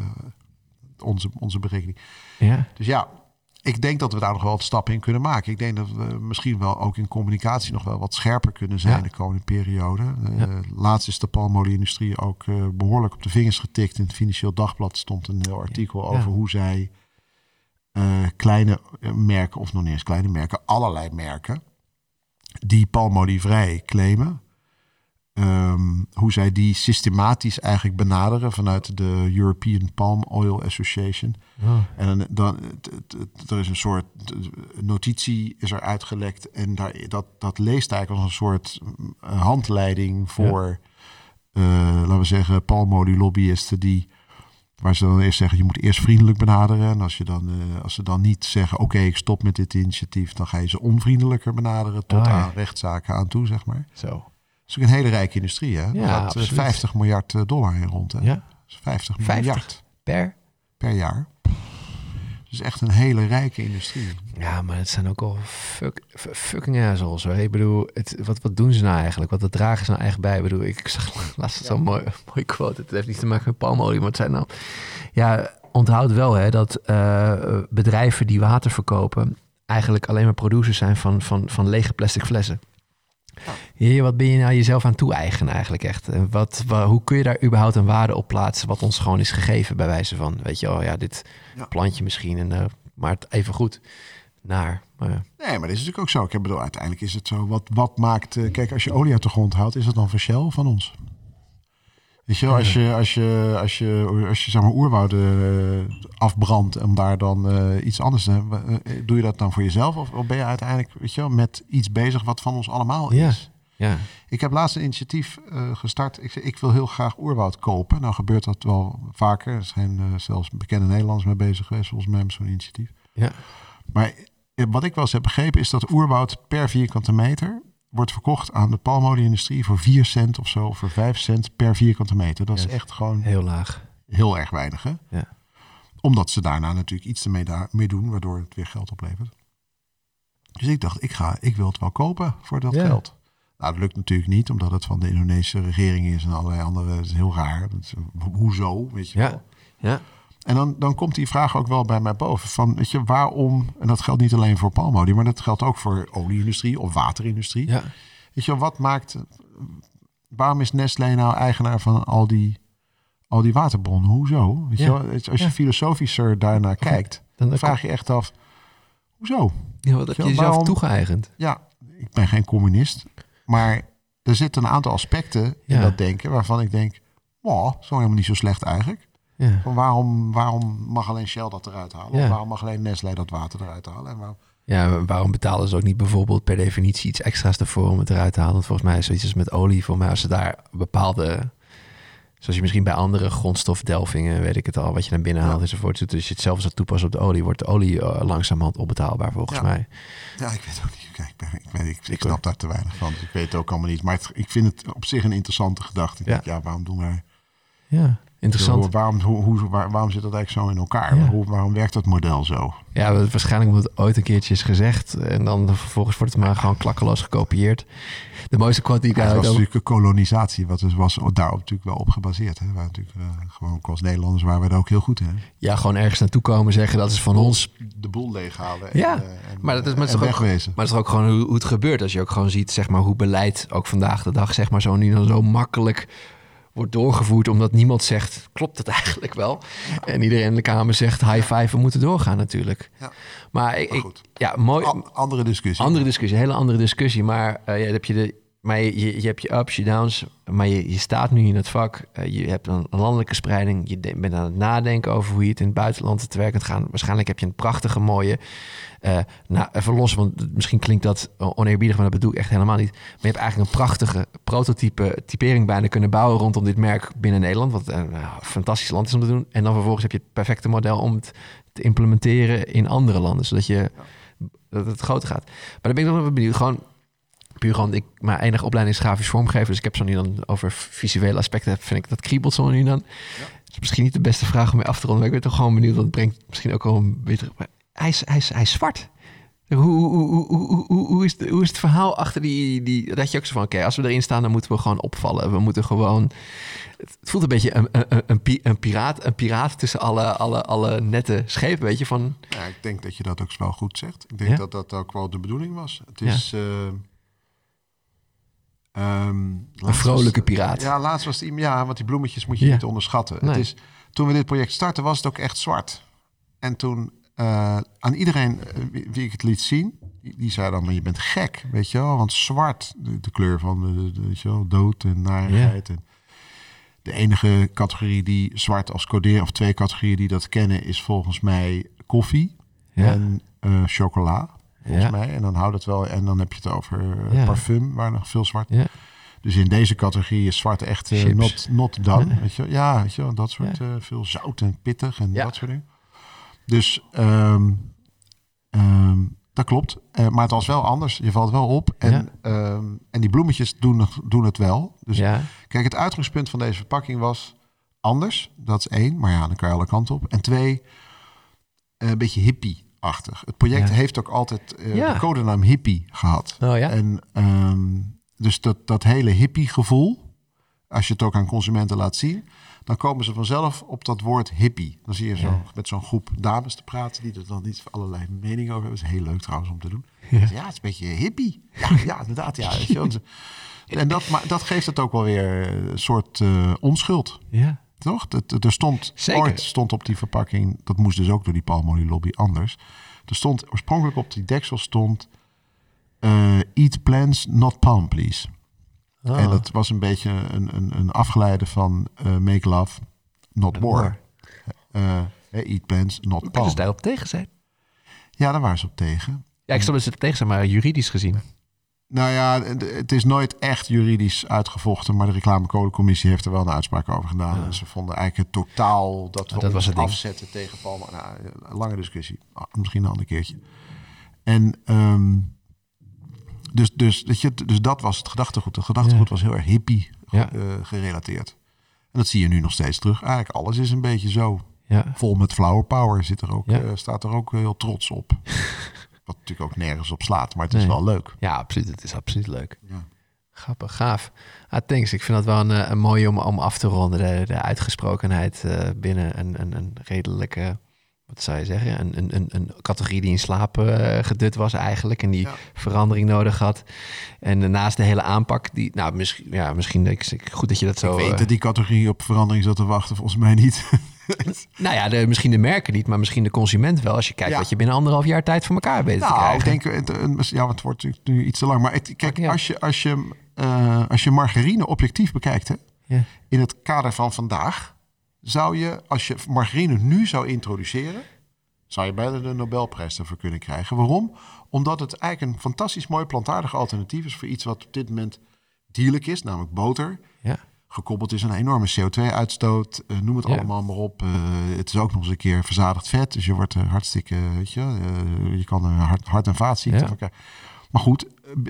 onze berekening. Ja. Dus ja, ik denk dat we daar nog wel wat stappen in kunnen maken. Ik denk dat we misschien wel ook in communicatie nog wel wat scherper kunnen zijn de komende periode. Laatst is de palmolie-industrie ook behoorlijk op de vingers getikt. In het Financieel Dagblad stond een heel artikel over hoe zij kleine merken, of nog niet eens kleine merken, allerlei merken, die palmolievrij claimen. Hoe zij die systematisch eigenlijk benaderen vanuit de European Palm Oil Association. En dan er is een soort notitie is er uitgelekt en dat leest eigenlijk als een soort handleiding voor, laten we zeggen, palmolielobbyisten waar ze dan eerst zeggen, je moet eerst vriendelijk benaderen. En als ze dan niet zeggen, oké, ik stop met dit initiatief, dan ga je ze onvriendelijker benaderen tot aan rechtszaken aan toe, zeg maar. Zo. Het is ook een hele rijke industrie, hè? Ja, gaat $50 miljard in rond, hè? Ja. 50 miljard. Per jaar. Het is echt een hele rijke industrie. Ja, maar het zijn ook al fucking assholes. Hoor. Ik bedoel, wat doen ze nou eigenlijk? Wat dragen ze nou echt bij? Ik bedoel, ik zag laatst zo'n mooi quote. Het heeft niet te maken met palmolie, maar het zijn nou... Ja, onthoud wel hè, dat bedrijven die water verkopen eigenlijk alleen maar producers zijn van lege plastic flessen. Ja. Wat ben je nou jezelf aan toe-eigenen eigenlijk echt? Hoe kun je daar überhaupt een waarde op plaatsen wat ons gewoon is gegeven bij wijze van, weet je, dit plantje misschien, maar het even goed naar. Maar Nee, maar dat is natuurlijk ook zo. Ik bedoel, uiteindelijk is het zo. Wat maakt... kijk, als je olie uit de grond haalt, is dat dan van Shell of van ons? Weet je wel, als je zeg maar oerwouden afbrandt om daar dan iets anders te hebben, doe je dat dan voor jezelf of ben je uiteindelijk, weet je wel, met iets bezig wat van ons allemaal is? Ja. Ik heb laatst een initiatief gestart. Ik wil heel graag oerwoud kopen. Nou gebeurt dat wel vaker. Er zijn zelfs bekende Nederlanders mee bezig geweest, volgens mij met zo'n initiatief. Ja. Maar wat ik wel eens heb begrepen is dat oerwoud per vierkante meter wordt verkocht aan de palmolie-industrie voor 4 cent of zo, voor 5 cent per vierkante meter. Dat is echt gewoon heel laag. Heel erg weinig, hè? Ja. Omdat ze daarna natuurlijk iets ermee doen, waardoor het weer geld oplevert. Dus ik dacht, ik wil het wel kopen voor dat geld. Nou, dat lukt natuurlijk niet, omdat het van de Indonesische regering is en allerlei andere. Dat is heel raar. Hoezo, weet je wel? Ja. En dan komt die vraag ook wel bij mij boven. Van, weet je, waarom, en dat geldt niet alleen voor palmolie, maar dat geldt ook voor olieindustrie of waterindustrie. Ja. Weet je, waarom is Nestlé nou eigenaar van al die waterbronnen? Hoezo? Weet je wel, als je filosofischer daarnaar kijkt, dan vraag je echt af, hoezo? Ja, wat heb je jezelf toegeëigend? Ja, ik ben geen communist, maar er zitten een aantal aspecten in dat denken waarvan ik denk, wow, zo helemaal niet zo slecht eigenlijk. Ja. Van waarom mag alleen Shell dat eruit halen? Of waarom mag alleen Nestlé dat water eruit halen? En waarom betalen ze ook niet bijvoorbeeld per definitie iets extra's ervoor om het eruit te halen? Want volgens mij is zoiets als met olie. Voor mij als ze daar bepaalde, zoals je misschien bij andere grondstofdelvingen, weet ik het al, wat je naar binnen haalt enzovoort. Dus als je het zelf zou toepassen op de olie, wordt de olie langzamerhand onbetaalbaar volgens mij. Ja, ik weet ook niet. Ik snap daar te weinig van. Dus ik weet het ook allemaal niet. Maar ik vind het op zich een interessante gedachte. Ik denk, waarom doen wij... Ja. Interessant. Waarom zit dat eigenlijk zo in elkaar? Ja. Waarom werkt dat model zo? Ja, waarschijnlijk omdat het ooit een keertje is gezegd. En dan vervolgens wordt het maar gewoon klakkeloos gekopieerd. De mooiste quote die ik was natuurlijk een kolonisatie. Wat was daarop natuurlijk wel op gebaseerd. Hè? Waar natuurlijk, gewoon als Nederlanders waren we daar ook heel goed in. Ja, gewoon ergens naartoe komen zeggen dat is van ons. De boel leeghalen. Maar dat is wegwezen. Maar het is ook gewoon hoe het gebeurt. Als je ook gewoon ziet, zeg maar, hoe beleid ook vandaag de dag, zeg maar, zo makkelijk wordt doorgevoerd omdat niemand zegt, klopt het eigenlijk wel? Ja. En iedereen in de Kamer zegt, high five, we moeten doorgaan natuurlijk. Ja. Maar mooi. Andere discussie. Hele andere discussie. Maar heb je hebt je ups, je downs, maar je staat nu in het vak. Je hebt een landelijke spreiding. Je bent aan het nadenken over hoe je het in het buitenland te werk kunt gaan. Waarschijnlijk heb je een prachtige, mooie... even los, want misschien klinkt dat oneerbiedig, maar dat bedoel ik echt helemaal niet. Maar je hebt eigenlijk een prachtige typering bijna kunnen bouwen rondom dit merk binnen Nederland. Wat een fantastisch land is om te doen. En dan vervolgens heb je het perfecte model om het te implementeren in andere landen. Zodat dat het groter gaat. Maar dan ben ik nog wel benieuwd. Mijn enige opleiding is grafisch vormgever. Dus ik heb zo nu dan over visuele aspecten. Vind ik dat kriebelt zo nu dan. Ja. Dat is misschien niet de beste vraag om mee af te ronden. Maar ik ben toch gewoon benieuwd. Want het brengt misschien ook wel een betere... Hij is zwart. Hoe is het verhaal achter die... Dat je ook zo van, oké, als we erin staan, dan moeten we gewoon opvallen. We moeten gewoon... Het voelt een beetje een piraat tussen alle nette schepen, weet je, van... Ja, ik denk dat je dat ook wel goed zegt. Ik denk dat dat ook wel de bedoeling was. Het is... een vrolijke piraat. Ja, laatst was het... Ja, want die bloemetjes moet je niet onderschatten. Nee. Het is, toen we dit project startten, was het ook echt zwart. En toen... aan iedereen wie ik het liet zien, die zei dan, maar je bent gek, weet je wel, want zwart, de kleur van weet je wel, dood en narigheid. En de enige categorie die zwart als coderen, of 2 categorieën die dat kennen, is volgens mij koffie en chocola, volgens mij. En dan houdt het wel, en dan heb je het over parfum, waar nog veel zwart. Ja. Dus in deze categorie is zwart echt not done, weet je wel. Ja, weet je wel, dat soort veel zout en pittig en dat soort dingen. Dus dat klopt. Maar het was wel anders. Je valt wel op. En die bloemetjes doen het wel. Dus kijk, het uitgangspunt van deze verpakking was anders. Dat is 1. Maar ja, dan kan je alle kanten op. En 2, een beetje hippie-achtig. Het project heeft ook altijd de codenaam hippie gehad. Oh, ja? En dus dat hele hippie-gevoel, als je het ook aan consumenten laat zien, dan komen ze vanzelf op dat woord hippie. Dan zie je met zo'n groep dames te praten die er dan niet allerlei meningen over hebben. Dat is heel leuk trouwens om te doen. Ja, het is een beetje hippie. Ja, inderdaad. Ja. En dat geeft het ook wel weer een soort onschuld. Ja. Toch? Ooit stond op die verpakking, dat moest dus ook door die palmolielobby anders. Er stond oorspronkelijk op die deksel eat plants, not palm, please. Oh. En dat was een beetje een afgeleide van make love, not war. Eat plants, not palm. Kunnen ze daarop tegen zijn? Ja, daar waren ze op tegen. Ja, ik snap dat ze er tegen zijn, maar juridisch gezien. Nou ja, het is nooit echt juridisch uitgevochten, maar de reclamecodecommissie heeft er wel een uitspraak over gedaan. Ja. En ze vonden eigenlijk het totaal dat we ons afzetten tegen palm. Nou, een lange discussie. Misschien een ander keertje. En Dus dat was het gedachtegoed. Het gedachtegoed was heel erg hippie gerelateerd. En dat zie je nu nog steeds terug. Eigenlijk alles is een beetje zo. Ja. Vol met flower power staat er ook heel trots op. Wat natuurlijk ook nergens op slaat, maar het is wel leuk. Ja, absoluut. Het is absoluut leuk. Ja. Grappig, gaaf. Thanks. Ik vind dat wel een mooie om af te ronden. De uitgesprokenheid binnen een redelijke... Wat zou je zeggen? Een categorie die in slaap gedut was eigenlijk. En die verandering nodig had. En naast de hele aanpak. Misschien goed dat je dat zo... Ik weet dat die categorie op verandering zat te wachten. Volgens mij niet. Nou ja, misschien de merken niet. Maar misschien de consument wel. Als je kijkt wat je binnen 1,5 jaar tijd voor elkaar weet te krijgen. Ik denk... het wordt nu iets te lang. Maar als je margarine objectief bekijkt. Hè, in het kader van vandaag... Zou je, als je margarine nu zou introduceren, zou je bijna de Nobelprijs ervoor kunnen krijgen. Waarom? Omdat het eigenlijk een fantastisch mooi plantaardig alternatief is voor iets wat op dit moment dierlijk is, namelijk boter. Ja. Gekoppeld is aan een enorme CO2-uitstoot. Noem het allemaal maar op. Het is ook nog eens een keer verzadigd vet. Dus je wordt hartstikke, weet je, je kan een hart- en vaatziekte van krijgen. Maar goed,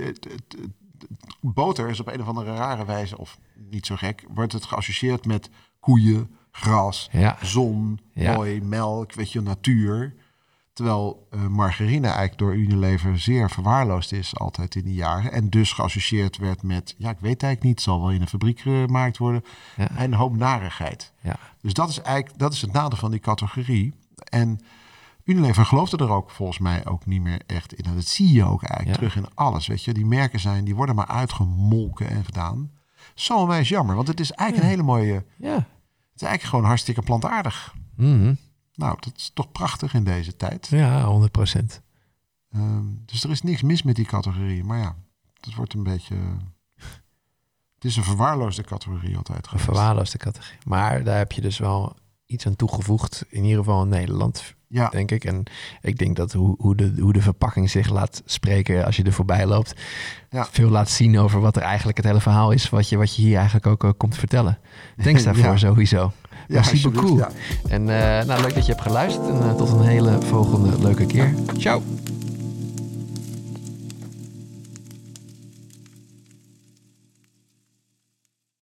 boter is op een of andere rare wijze, of niet zo gek, wordt het geassocieerd met koeien, gras, zon, mooi, melk, weet je, natuur. Terwijl margarine eigenlijk door Unilever zeer verwaarloosd is altijd in die jaren. En dus geassocieerd werd met, ik weet eigenlijk niet, zal wel in een fabriek gemaakt worden. Ja. En een hoop narigheid. Ja. Dus dat is het nadeel van die categorie. En Unilever geloofde er ook volgens mij ook niet meer echt in. En dat zie je ook eigenlijk terug in alles. Weet je, die merken die worden maar uitgemolken en gedaan. zo onwijs jammer. Want het is eigenlijk een hele mooie... Ja. Het is eigenlijk gewoon hartstikke plantaardig. Mm-hmm. Nou, dat is toch prachtig in deze tijd. Ja, 100%. Dus er is niks mis met die categorie. Maar ja, het wordt een beetje... Het is een verwaarloosde categorie altijd geweest. Een verwaarloosde categorie. Maar daar heb je dus wel iets aan toegevoegd. In ieder geval in Nederland, denk ik. En ik denk dat hoe de verpakking zich laat spreken als je er voorbij loopt... veel laat zien over wat er eigenlijk het hele verhaal is... wat je hier eigenlijk ook komt vertellen. Thanks daarvoor sowieso. Merci beaucoup. Ja. En leuk dat je hebt geluisterd. En tot een hele volgende leuke keer. Ciao.